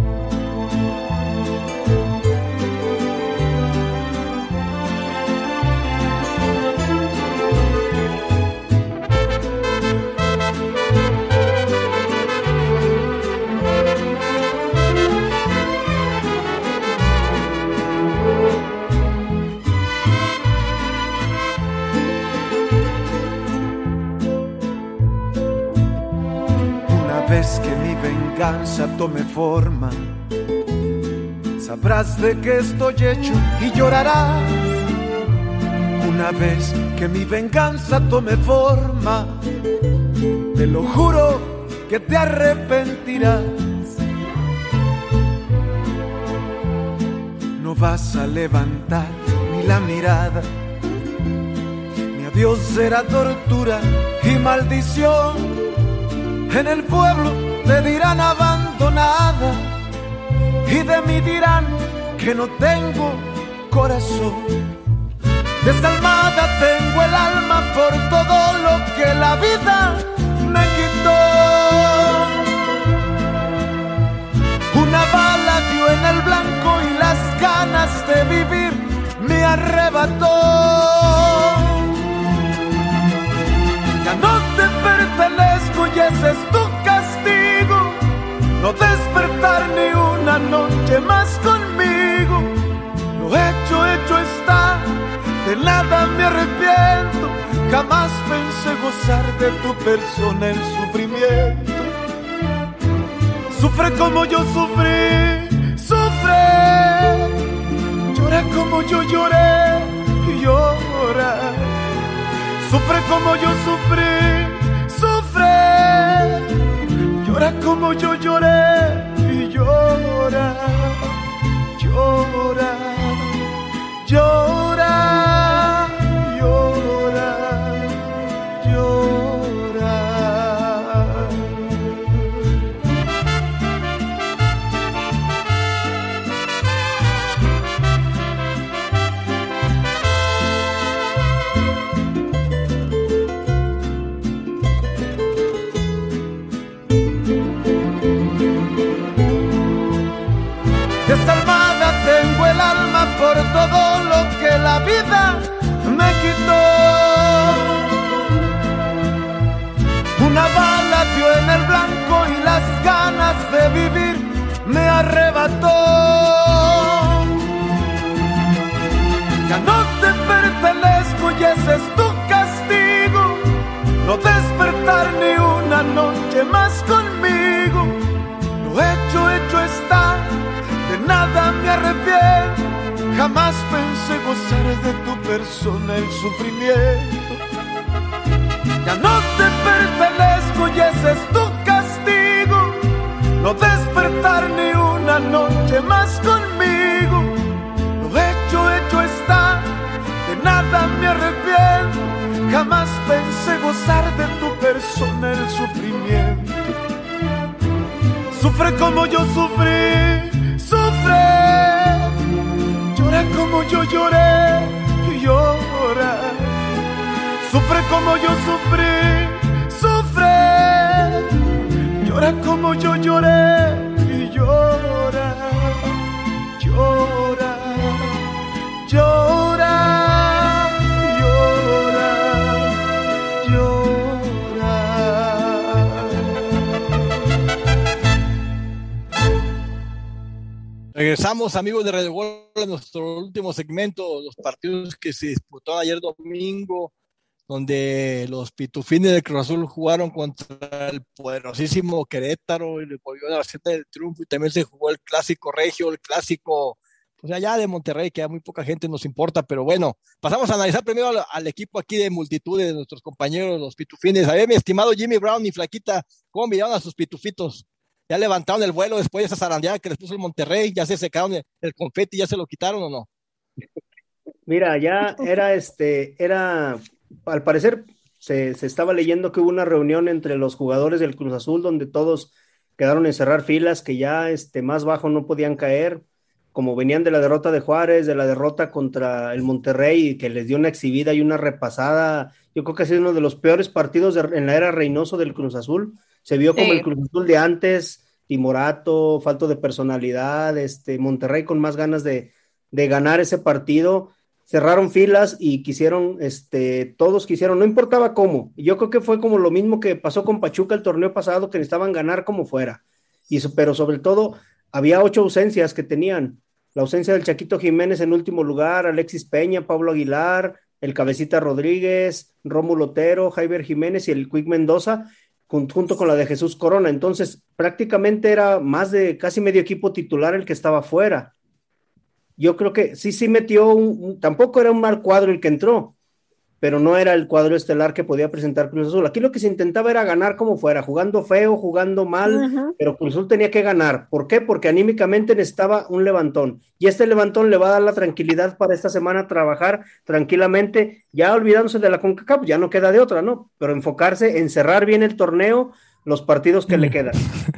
Vez que mi venganza tome forma, sabrás de qué estoy hecho y llorarás. Una vez que mi venganza tome forma, te lo juro que te arrepentirás. No vas a levantar ni la mirada, mi adiós será tortura y maldición. En el pueblo te dirán abandonada y de mí dirán que no tengo corazón. Desalmada tengo el alma por todo lo que la vida me quitó. Una bala dio en el blanco y las ganas de vivir me arrebató. Ya no te pertenezco y ese es tu castigo, no despertar ni una noche más conmigo. Lo hecho está, de nada me arrepiento, jamás pensé gozar de tu persona el sufrimiento. Sufre como yo sufrí, sufre, llora como yo lloré y llora. Sufre como yo sufrí, sufre, llora como yo lloré y llora, llora, llora, llora, llora. Desalmada tengo el alma por todo lo que la vida me quitó. Una bala dio en el blanco y las ganas de vivir me arrebató. Ya no te pertenezco y ese es tu castigo, no despertar ni una noche más conmigo. Lo hecho está, de nada me arrepiento, jamás pensé gozar de tu persona el sufrimiento. Ya no te pertenezco y ese es tu castigo, no despertar ni una noche más conmigo. Lo hecho está, de nada me arrepiento, jamás pensé gozar de tu persona el sufrimiento. Sufre como yo sufrí, sufre, llora como yo lloré y llora. Sufre como yo sufrí, sufre, llora como yo lloré y llora, llora, llora, llora, llora.
Regresamos, amigos de Radio Gol, a nuestro último segmento, los partidos que se disputaron ayer domingo, donde los pitufines del Cruz Azul jugaron contra el poderosísimo Querétaro y le volvió a la receta del triunfo, y también se jugó el clásico regio, el clásico pues allá de Monterrey, que a muy poca gente nos importa, pero bueno, pasamos a analizar primero al equipo aquí de multitudes de nuestros compañeros, los pitufines. A ver, mi estimado Jimmy Brown y Flaquita, ¿cómo miraron a sus pitufitos? ¿Ya levantaron el vuelo después de esa zarandeada que les puso el Monterrey? ¿Ya se secaron el confeti, ya se lo quitaron o no?
Mira, ya al parecer se estaba leyendo que hubo una reunión entre los jugadores del Cruz Azul donde todos quedaron en cerrar filas, que ya más bajo no podían caer, como venían de la derrota de Juárez, de la derrota contra el Monterrey, que les dio una exhibida y una repasada. Yo creo que ha sido uno de los peores partidos en la era Reynoso del Cruz Azul. Se vio como el Cruz Azul de antes, timorato, falto de personalidad, Monterrey con más ganas de ganar ese partido. Cerraron filas y todos quisieron, no importaba cómo. Yo creo que fue como lo mismo que pasó con Pachuca el torneo pasado, que necesitaban ganar como fuera. Pero sobre todo, había 8 ausencias que tenían. La ausencia del Chaquito Jiménez en último lugar, Alexis Peña, Pablo Aguilar, el Cabecita Rodríguez, Rómulo Otero, Jaiber Jiménez y el Quick Mendoza, junto con la de Jesús Corona. Entonces, prácticamente era más de casi medio equipo titular el que estaba fuera. Yo creo que sí metió tampoco era un mal cuadro el que entró, pero no era el cuadro estelar que podía presentar Cruz Azul. Aquí lo que se intentaba era ganar como fuera, jugando feo, jugando mal, pero Cruz Azul tenía que ganar. ¿Por qué? Porque anímicamente necesitaba un levantón, y este levantón le va a dar la tranquilidad para esta semana trabajar tranquilamente, ya olvidándose de la CONCACAF, ya no queda de otra, ¿no? Pero enfocarse en cerrar bien el torneo, los partidos que le quedan.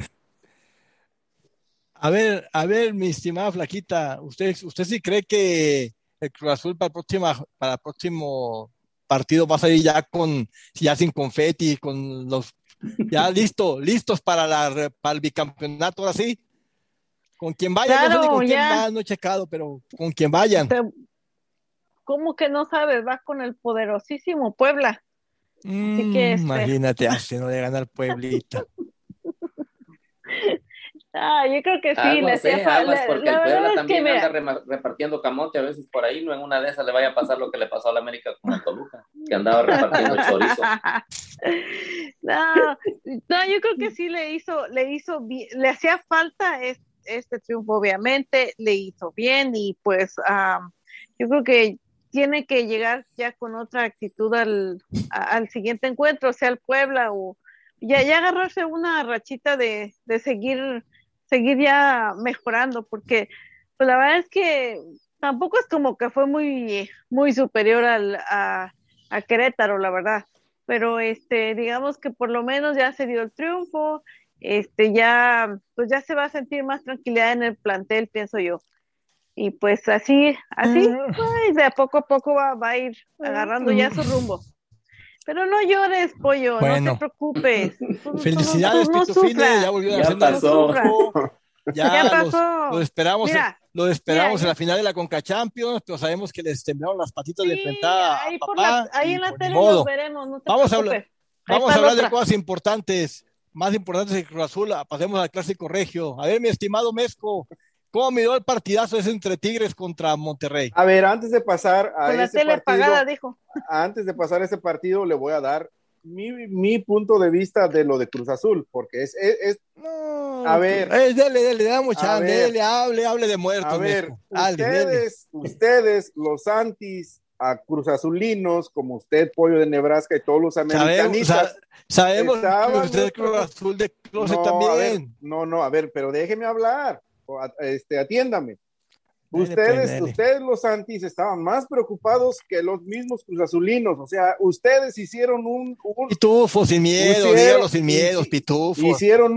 A ver, mi estimada Flaquita, ¿usted sí cree que el Cruz Azul para el próximo partido va a salir ya sin confeti, con los ya listos para el bicampeonato, ahora sí? Con quien vayan,
claro,
no sé ni con quién va, no he checado, pero con quien vayan.
¿Cómo que no sabes? Va con el poderosísimo Puebla. Así que
imagínate, así no le gana al Pueblita.
Yo creo que sí,
le hacía falta. Porque el Puebla también anda repartiendo camote a veces por ahí, no en una de esas le vaya a pasar lo que le pasó a la América con el Toluca, que andaba repartiendo chorizo.
No, yo creo que sí le hizo bien, le hacía falta este triunfo, obviamente, le hizo bien, y pues yo creo que tiene que llegar ya con otra actitud al siguiente encuentro, sea el Puebla, o ya agarrarse una rachita de seguir ya mejorando, porque pues la verdad es que tampoco es como que fue muy, muy superior a Querétaro, la verdad, pero digamos que por lo menos ya se dio el triunfo, ya se va a sentir más tranquilidad en el plantel, pienso yo, y pues así pues, de a poco va a ir agarrando ya su rumbo. Pero no llores, pollo, no te preocupes.
Felicidades, Pitufines, ya volvió a hacer Ya pasó. Lo esperamos, en la final de la Conca Champions, pero sabemos que les temblaron las patitas de enfrentar a papá.
Ahí en la tele los veremos, no te preocupes.
Vamos a hablar de cosas importantes, más importantes que Cruz Azul. Pasemos al Clásico Regio. A ver, mi estimado Mezco, ¿cómo miró el partidazo ese entre Tigres contra Monterrey?
A ver, antes de pasar a
ese partido, apagada, dijo.
Antes de pasar a ese partido, le voy a dar mi punto de vista de lo de Cruz Azul, porque
no,
a ver,
dele, damos chance, hable de muertos.
A ver, ustedes, los antis a Cruz Azulinos, como usted, Pollo de Nebraska, y todos los americanistas.
Sabemos que usted es Cruz Azul de closet también.
A ver, pero déjeme hablar, atiéndame. Ustedes los antis estaban más preocupados que los mismos cruzazulinos, o sea, ustedes hicieron un
pitufos sin miedo, dígalo sin miedo, pitufos.
Hicieron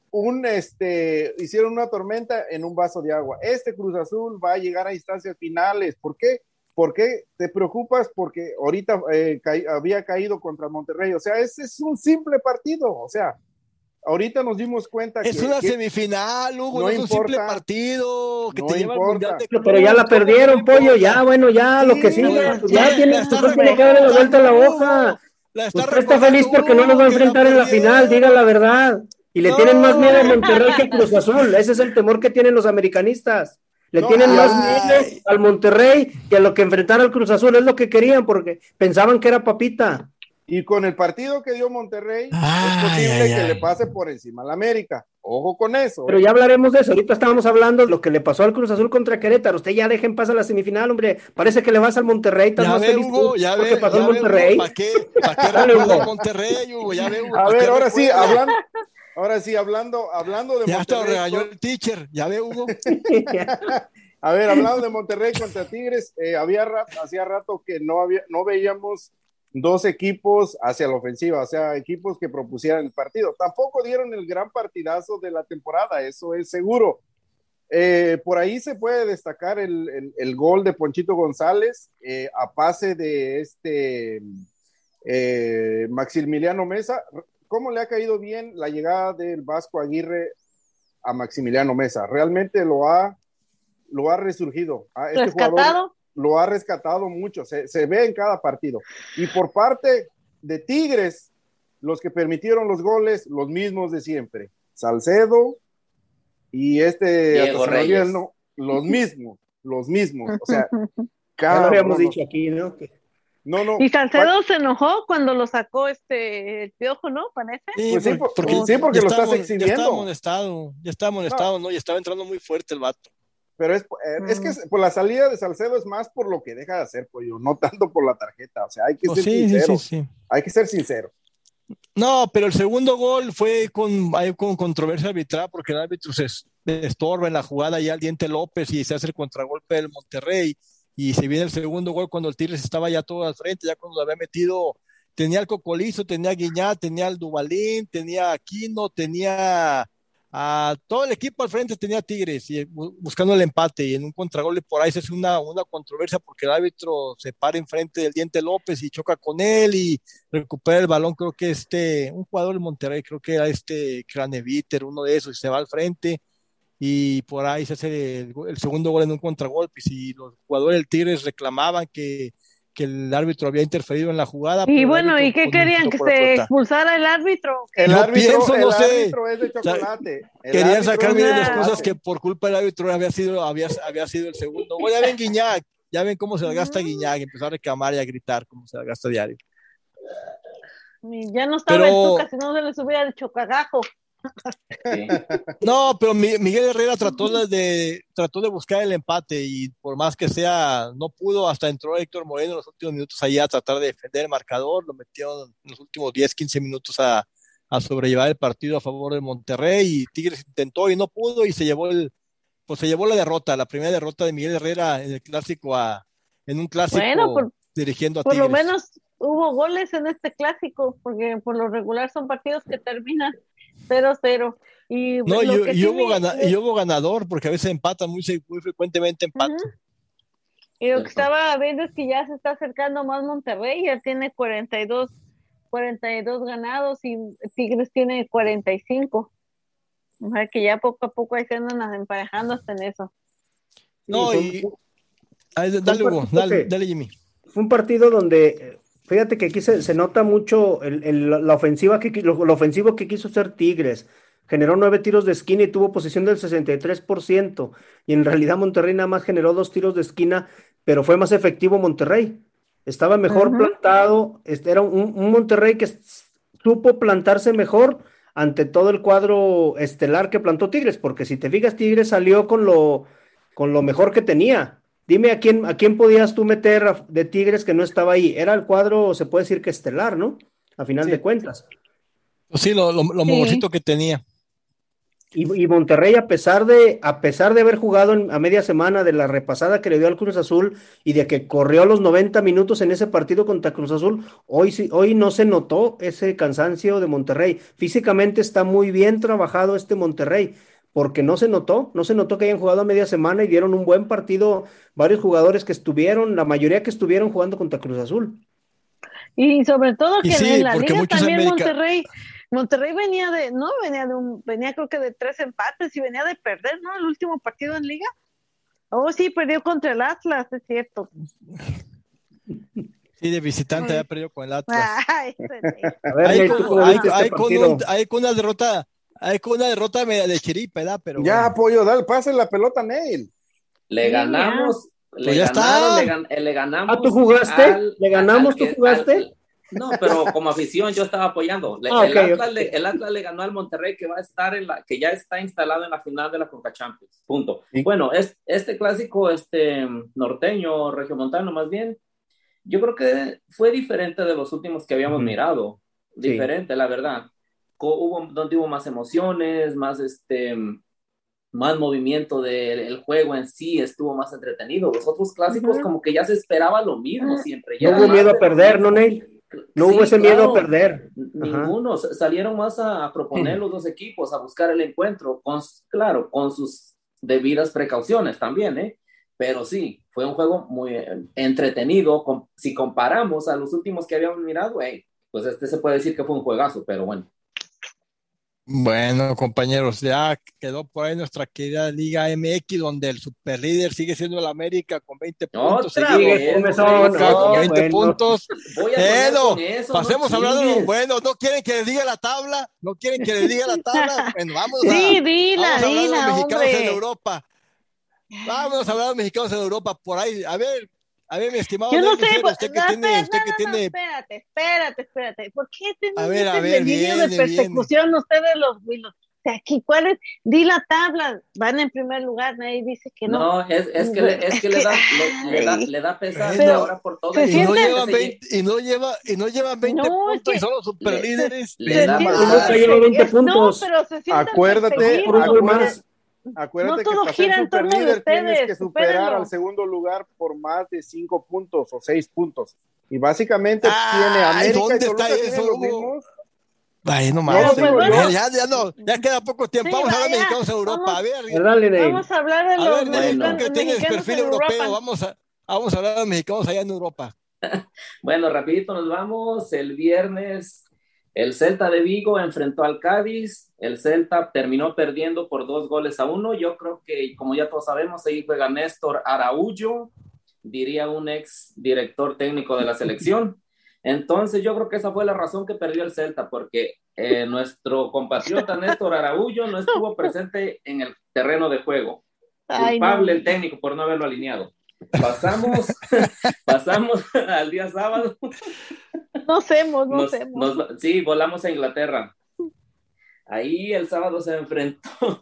hicieron una tormenta en un vaso de agua. Este Cruz Azul va a llegar a instancias finales. ¿Por qué? ¿Por qué te preocupas? Porque ahorita había caído contra Monterrey, o sea, ese es un simple partido, o sea, ahorita nos dimos cuenta
es una semifinal, Hugo, no es un simple partido que
no
te lleva al mundial de
pero ya la perdieron, pollo, ya, bueno, ya, lo que sigue, ya tiene que darle la vuelta a la hoja. Usted está feliz porque no nos va a enfrentar en la final, diga la verdad, y le tienen más miedo a Monterrey que a Cruz Azul, ese es el temor que tienen los americanistas. Le tienen más miedo al Monterrey que a lo que enfrentar al Cruz Azul, es lo que querían, porque pensaban que era papita.
Y con el partido que dio Monterrey, es posible que le pase por encima al América. Ojo con eso.
Pero ya hablaremos de eso. Ahorita estábamos hablando de lo que le pasó al Cruz Azul contra Querétaro. Usted ya dejen pasar la semifinal, hombre. Parece que le vas al Monterrey.
Ya ve, Hugo, ya ve,
pasó
ya
el Monterrey.
¿Para qué recuerda Monterrey, Hugo? Ya ve, Hugo.
A ver, ahora sí, hablando de
ya
Monterrey.
Ya hasta regañó el teacher. Ya ve, Hugo.
A ver, hablando de Monterrey contra Tigres, hacía rato que no veíamos dos equipos hacia la ofensiva, o sea, equipos que propusieran el partido. Tampoco dieron el gran partidazo de la temporada, eso es seguro. Por ahí se puede destacar el gol de Ponchito González a pase de Maximiliano Mesa. ¿Cómo le ha caído bien la llegada del Vasco Aguirre a Maximiliano Mesa? Realmente lo ha resurgido. Este
¿rescatado?
Jugador lo ha rescatado mucho, se ve en cada partido. Y por parte de Tigres, los que permitieron los goles, los mismos de siempre. Salcedo y
Diego Reyes.
Los mismos. O sea,
ya lo habíamos dicho aquí, ¿no?
No.
Y Salcedo se enojó cuando lo sacó el Piojo, ¿no? Parece.
Sí, porque lo estás exhibiendo.
Ya estaba molestado, ¿no? Y estaba entrando muy fuerte el vato.
Pero es que por la salida de Salcedo es más por lo que deja de hacer, Pollo, no tanto por la tarjeta. O sea, hay que ser sincero.
Sí.
Hay que ser sincero.
No, pero el segundo gol fue con controversia arbitral porque el árbitro se estorba en la jugada ya al Diente López y se hace el contragolpe del Monterrey y se viene el segundo gol cuando el Tigres estaba ya todo al frente, ya cuando lo había metido, tenía el Cocolizo, tenía a Guiñat, tenía al Duvalín, tenía a Aquino, tenía a todo el equipo al frente, tenía Tigres y buscando el empate y en un contragolpe por ahí se hace una controversia porque el árbitro se para enfrente del Diente López y choca con él y recupera el balón, creo que un jugador del Monterrey, creo que era Craneviter, uno de esos, y se va al frente y por ahí se hace el segundo gol en un contragolpe y los jugadores del Tigres reclamaban que el árbitro había interferido en la jugada.
Y bueno, ¿y qué querían? ¿Que se expulsara el árbitro?
El árbitro es de chocolate.
O sea, querían sacarme de las cosas que por culpa del árbitro había sido el segundo. Ya ven Guiñac, ya ven cómo se la gasta Guiñac, empezó a reclamar y a gritar cómo se la gasta diario.
Ya no estaba el Tuca, si no se le subía el chocagajo.
Sí.
No, pero Miguel Herrera trató de buscar el empate y por más que sea, no pudo, hasta entró Héctor Moreno en los últimos minutos ahí a tratar de defender el marcador, lo metió en los últimos 10-15 minutos a sobrellevar el partido a favor del Monterrey y Tigres intentó y no pudo y se llevó la derrota, la primera derrota de Miguel Herrera en un clásico dirigiendo a Tigres.
Por lo menos hubo goles en este clásico, porque por lo regular son partidos que terminan 0-0. Y
hubo ganador, porque a veces empatan muy frecuentemente empatan.
Y lo que estaba viendo es que ya se está acercando más Monterrey, ya tiene 42 ganados y Tigres tiene 45. O sea que ya poco a poco ahí se andan emparejando hasta en eso.
No, dale Hugo, dale Jimmy.
Fue un partido donde fíjate que aquí se nota mucho lo ofensivo que quiso hacer Tigres. Generó 9 tiros de esquina y tuvo posesión del 63%. Y en realidad Monterrey nada más generó 2 tiros de esquina, pero fue más efectivo Monterrey. Estaba mejor plantado. Era un Monterrey que supo plantarse mejor ante todo el cuadro estelar que plantó Tigres. Porque si te fijas, Tigres salió con lo mejor que tenía. Dime a quién podías tú meter de Tigres que no estaba ahí. Era el cuadro, se puede decir que estelar, ¿no? A final de cuentas.
Sí, lo mejorcito que tenía.
Y Monterrey, a pesar de haber jugado a media semana de la repasada que le dio al Cruz Azul y de que corrió los 90 minutos en ese partido contra Cruz Azul, hoy no se notó ese cansancio de Monterrey. Físicamente está muy bien trabajado este Monterrey, porque no se notó que hayan jugado a media semana y dieron un buen partido varios jugadores la mayoría que estuvieron jugando contra Cruz Azul.
Y sobre todo que en la liga también Monterrey venía creo que de 3 empates y venía de perder, ¿no? El último partido en liga. Oh, sí, perdió contra el Atlas, es cierto.
Sí, de visitante había perdido con el Atlas.
Ay,
hay con una derrota. Hay con una derrota media de chiripa, ¿verdad? Pero
ya, Pollo, dale, pase la pelota a Neil.
Le ganamos.
Pues ya está.
Le ganamos.
¿Tú jugaste? ¿Le ganamos? ¿Tú jugaste?
No, pero como afición yo estaba apoyando. El Atlas le ganó al Monterrey, que va a estar que ya está instalado en la final de la Conca Champions. Punto.
Sí.
Bueno, este clásico norteño, regiomontano más bien, yo creo que fue diferente de los últimos que habíamos mirado. Diferente, la verdad. Donde hubo más emociones, más movimiento del juego en sí, estuvo más entretenido. Los otros clásicos como que ya se esperaba lo mismo siempre.
No hubo miedo a perder, ¿no, Neil? No hubo ese miedo a perder.
Ninguno. Salieron más a proponer los dos equipos, a buscar el encuentro, con sus debidas precauciones también, ¿eh? Pero sí, fue un juego muy entretenido. Si comparamos a los últimos que habíamos mirado, pues se puede decir que fue un juegazo, pero bueno.
Bueno, compañeros, ya quedó por ahí nuestra querida Liga MX, donde el superlíder sigue siendo el América con 20 puntos.
Con
20 puntos.
Voy a con eso,
pasemos a hablar de los buenos. ¿No quieren que les diga la tabla? Bueno, vamos
dila,
a hablar de los mexicanos
hombre.
en Europa. Vamos a hablar de los mexicanos en Europa. Por ahí, a ver, mi estimado.
Yo no sé,
usted que tiene.
Espérate. ¿Por qué tienen
ver,
delirio de persecución ustedes los Willos? O sea, aquí, ¿cuál es? Di la tabla, van en primer lugar, nadie dice que no.
No, es que le da pesar ahora por todo.
Y no llevan 20 puntos y son los superlíderes.
Lleva 20 puntos.
No, pero se sienten
Acuérdate
no todo
que para ser
gira en torno de
superlíder tienes
ustedes,
que superar al segundo lugar por más de 5 puntos o 6 puntos. Y básicamente tiene América
¿dónde
y Toluca
está
tienen
eso,
los
Hugo?
mismos.
Ay, no mames. Ya queda poco tiempo.
Sí,
vamos a hablar de mexicanos en Europa. A ver,
vamos a hablar de los
mexicanos que tienes perfil europeo.
Europa.
Vamos a hablar de mexicanos allá en Europa.
Bueno, rapidito nos vamos. El viernes el Celta de Vigo enfrentó al Cádiz. El Celta terminó perdiendo por 2-1. Yo creo que, como ya todos sabemos, ahí juega Néstor Araújo, diría un ex director técnico de la selección. Entonces yo creo que esa fue la razón que perdió el Celta, porque nuestro compatriota Néstor Araújo no estuvo presente en el terreno de juego. Culpable el técnico por no haberlo alineado. Pasamos al día sábado. Sí, volamos a Inglaterra. Ahí el sábado se enfrentó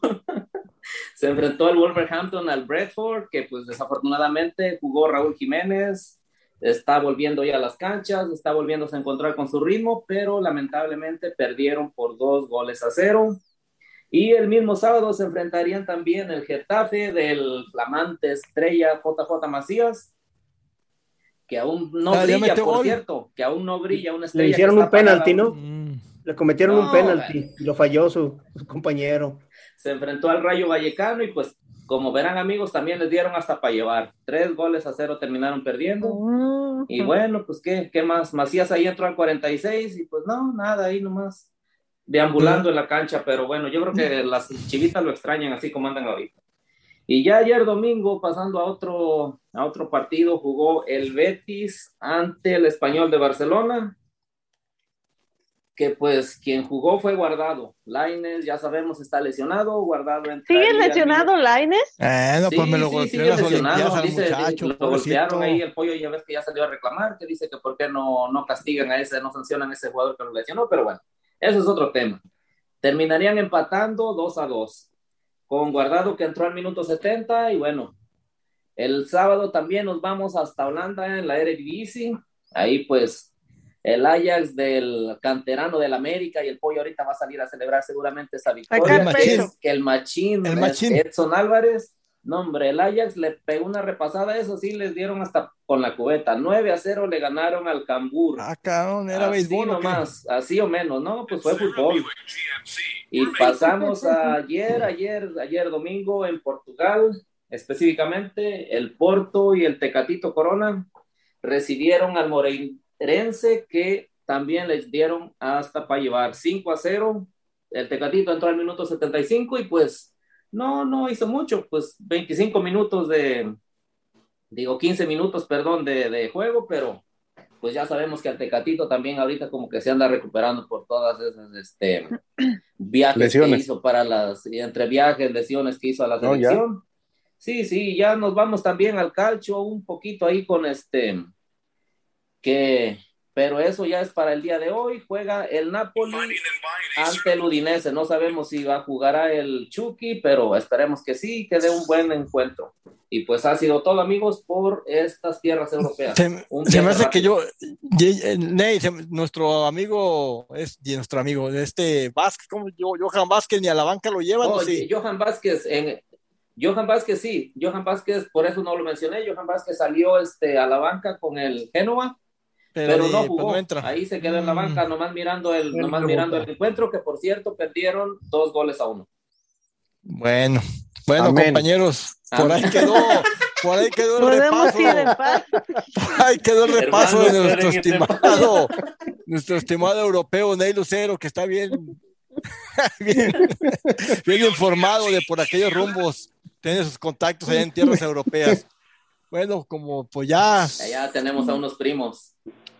al Wolverhampton al Bradford, que pues desafortunadamente jugó Raúl Jiménez, está volviendo ya a las canchas, está volviéndose a encontrar con su ritmo, pero lamentablemente perdieron por 2-0. Y el mismo sábado se enfrentarían también el Getafe del flamante estrella JJ Macías, que aún no brilla, por cierto, que aún no brilla una estrella.
Le hicieron un penalti, ¿no? Le cometieron un penalti y lo falló su compañero.
Se enfrentó al Rayo Vallecano y pues, como verán amigos, también les dieron hasta para llevar. 3-0 terminaron perdiendo. Y bueno, pues ¿qué más? Macías ahí entró al 46 y pues no, nada, ahí nomás deambulando en la cancha, pero bueno, yo creo que las chivitas lo extrañan así como andan ahorita. Y ya ayer domingo, pasando a otro partido, jugó el Betis ante el Español de Barcelona, que pues quien jugó fue Guardado. Lainez, ya sabemos, está lesionado. Guardado
¿Sigue lesionado Lainez?
Pues me lo
sigue lesionado. Dice, lo golpearon ahí el Pollo, ya ves que ya salió a reclamar, que dice que por qué no castigan a ese, no sancionan a ese jugador que lo lesionó, pero bueno, eso es otro tema. Terminarían empatando 2-2, con Guardado que entró al minuto 70, y bueno, el sábado también nos vamos hasta Holanda en la Eredivisie. Ahí pues el Ajax del canterano del América, y el Pollo ahorita va a salir a celebrar seguramente esa victoria, que el machín Edson Álvarez, no hombre, el Ajax le pegó una repasada, eso sí, les dieron hasta con la cubeta. 9-0 le ganaron al Cambur.
Cabrón, era béisbol
nomás, así o menos, no, pues fue fútbol. Y pasamos a ayer domingo en Portugal, específicamente el Porto y el Tecatito Corona recibieron al Moreirense, que también les dieron hasta para llevar 5-0. El Tecatito entró al minuto 75 y pues no hizo mucho, pues 15 minutos de juego, pero pues ya sabemos que al Tecatito también ahorita como que se anda recuperando por todas esas viajes lesiones que hizo entre viajes, lesiones que hizo a la selección. Sí, ya nos vamos también al calcio un poquito ahí con que pero eso ya es para el día de hoy. Juega el Napoli ante el Udinese. No sabemos si jugará el Chucky, pero esperemos que sí, que dé un buen encuentro. Y pues ha sido todo, amigos, por estas tierras europeas.
Se me hace rápido. Ney, nuestro amigo, Vázquez, como Johan Vázquez, ni a la banca lo llevan.
Oh, sí. Johan Vázquez, sí. Johan Vázquez, por eso no lo mencioné. Johan Vázquez salió a la banca con el Génova, pero no jugó. Pues no ahí se quedó en la banca, nomás mirando el encuentro, que por cierto perdieron 2-1.
Bueno, compañeros, por ahí quedó el repaso. Por ahí quedó el repaso de nuestro estimado europeo Ney Lucero, que está bien informado de por aquellos rumbos, tiene sus contactos allá en tierras europeas. Bueno, como pues ya
tenemos a unos primos.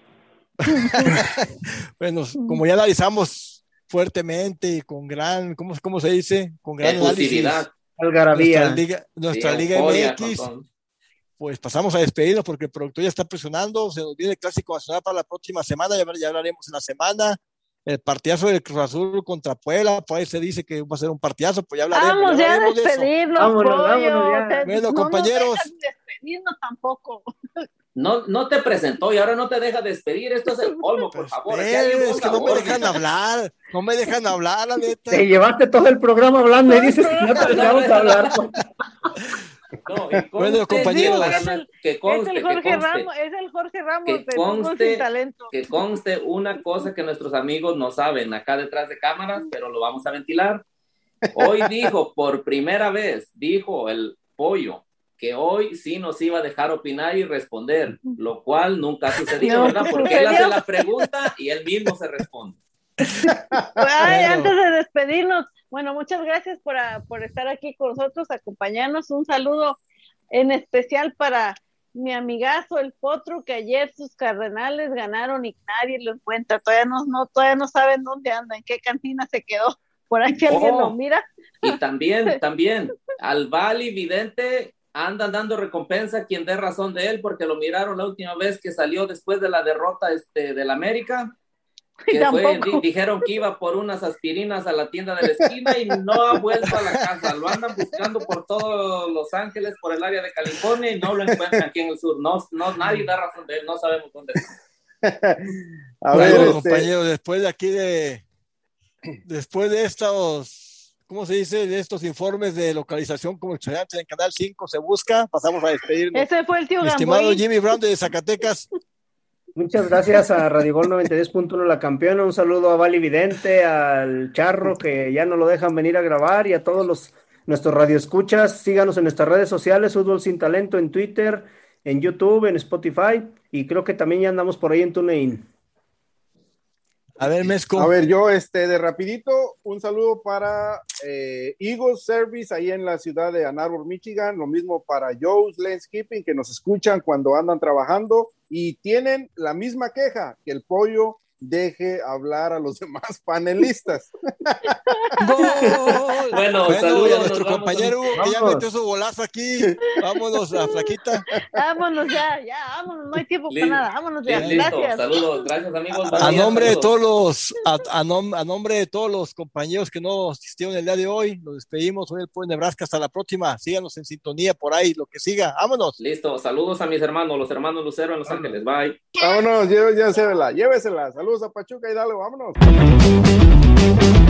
Bueno, como ya analizamos fuertemente y con gran, ¿cómo se dice? Con gran
efusividad.
Algarabía.
Nuestra Liga MX, pues pasamos a despedirnos porque el productor ya está presionando. Se nos viene el Clásico Nacional para la próxima semana, ya hablaremos en la semana. El partidazo del Cruz Azul contra Puebla, por ahí se dice que va a ser un partidazo, pues ya hablaremos.
Vamos ya a despedirnos, vámonos ya.
Bueno, compañeros.
No despedirnos tampoco.
No te presentó y ahora no te deja despedir. Esto es el colmo, por favor.
Es que no me dejan hablar, la neta.
Te llevaste todo el programa hablando y dices que no te dejamos hablar.
No,
bueno, compañeros,
es el Jorge Ramos de Fútbol Sin Talento.
Que conste una cosa que nuestros amigos no saben acá detrás de cámaras, pero lo vamos a ventilar. Hoy por primera vez, dijo el Pollo, que hoy sí nos iba a dejar opinar y responder, lo cual nunca ha sucedido, ¿verdad? Porque él hace la pregunta y él mismo se responde.
Antes de despedirnos, bueno, muchas gracias por estar aquí con nosotros, acompañarnos. Un saludo en especial para mi amigazo el Potro, que ayer sus Cardenales ganaron y nadie lo encuentra. Todavía no saben dónde anda, en qué cantina se quedó. Por ahí que alguien lo mira.
Y también al Vali Vidente andan dando recompensa a quien dé razón de él, porque lo miraron la última vez que salió después de la derrota del América. Dijeron que iba por unas aspirinas a la tienda de la esquina y no ha vuelto a la casa. Lo andan buscando por todos Los Ángeles, por el área de California, y no lo encuentran aquí en el sur. Nadie da razón de él, no sabemos dónde está.
Compañeros, después de estos, ¿cómo se dice? De estos informes de localización como estudiantes en Canal 5 se busca, pasamos a despedirnos.
Ese fue el tío Gamboín.
Estimado Jimmy Brown de Zacatecas.
Muchas gracias a Radio Gol 92.1 La Campeona, un saludo a Vali Vidente, al Charro, que ya no lo dejan venir a grabar, y a todos nuestros radioescuchas. Síganos en nuestras redes sociales, Fútbol Sin Talento, en Twitter, en YouTube, en Spotify, y creo que también ya andamos por ahí en TuneIn.
A ver, Mezco.
A ver, yo de rapidito, un saludo para Eagles Service ahí en la ciudad de Ann Arbor, Michigan, lo mismo para Joe's Landscaping, que nos escuchan cuando andan trabajando y tienen la misma queja, que el Pollo deje hablar a los demás panelistas.
Bueno,
saludos a nuestro compañero Hugo, que ya metió su golazo aquí. Vámonos a Flaquita.
Vámonos ya, vámonos, no hay tiempo para nada, vámonos ya.
Listo.
Gracias.
Saludos, gracias amigos.
A nombre de todos los compañeros que no asistieron el día de hoy, nos despedimos. Hoy el Pueblo de Nebraska, hasta la próxima. Síganos en sintonía por ahí, lo que siga. Vámonos.
Listo, saludos a mis hermanos, los hermanos Lucero en Los Ángeles. Bye.
Vámonos, llévesela. Saludos a Pachuca y dale, vámonos.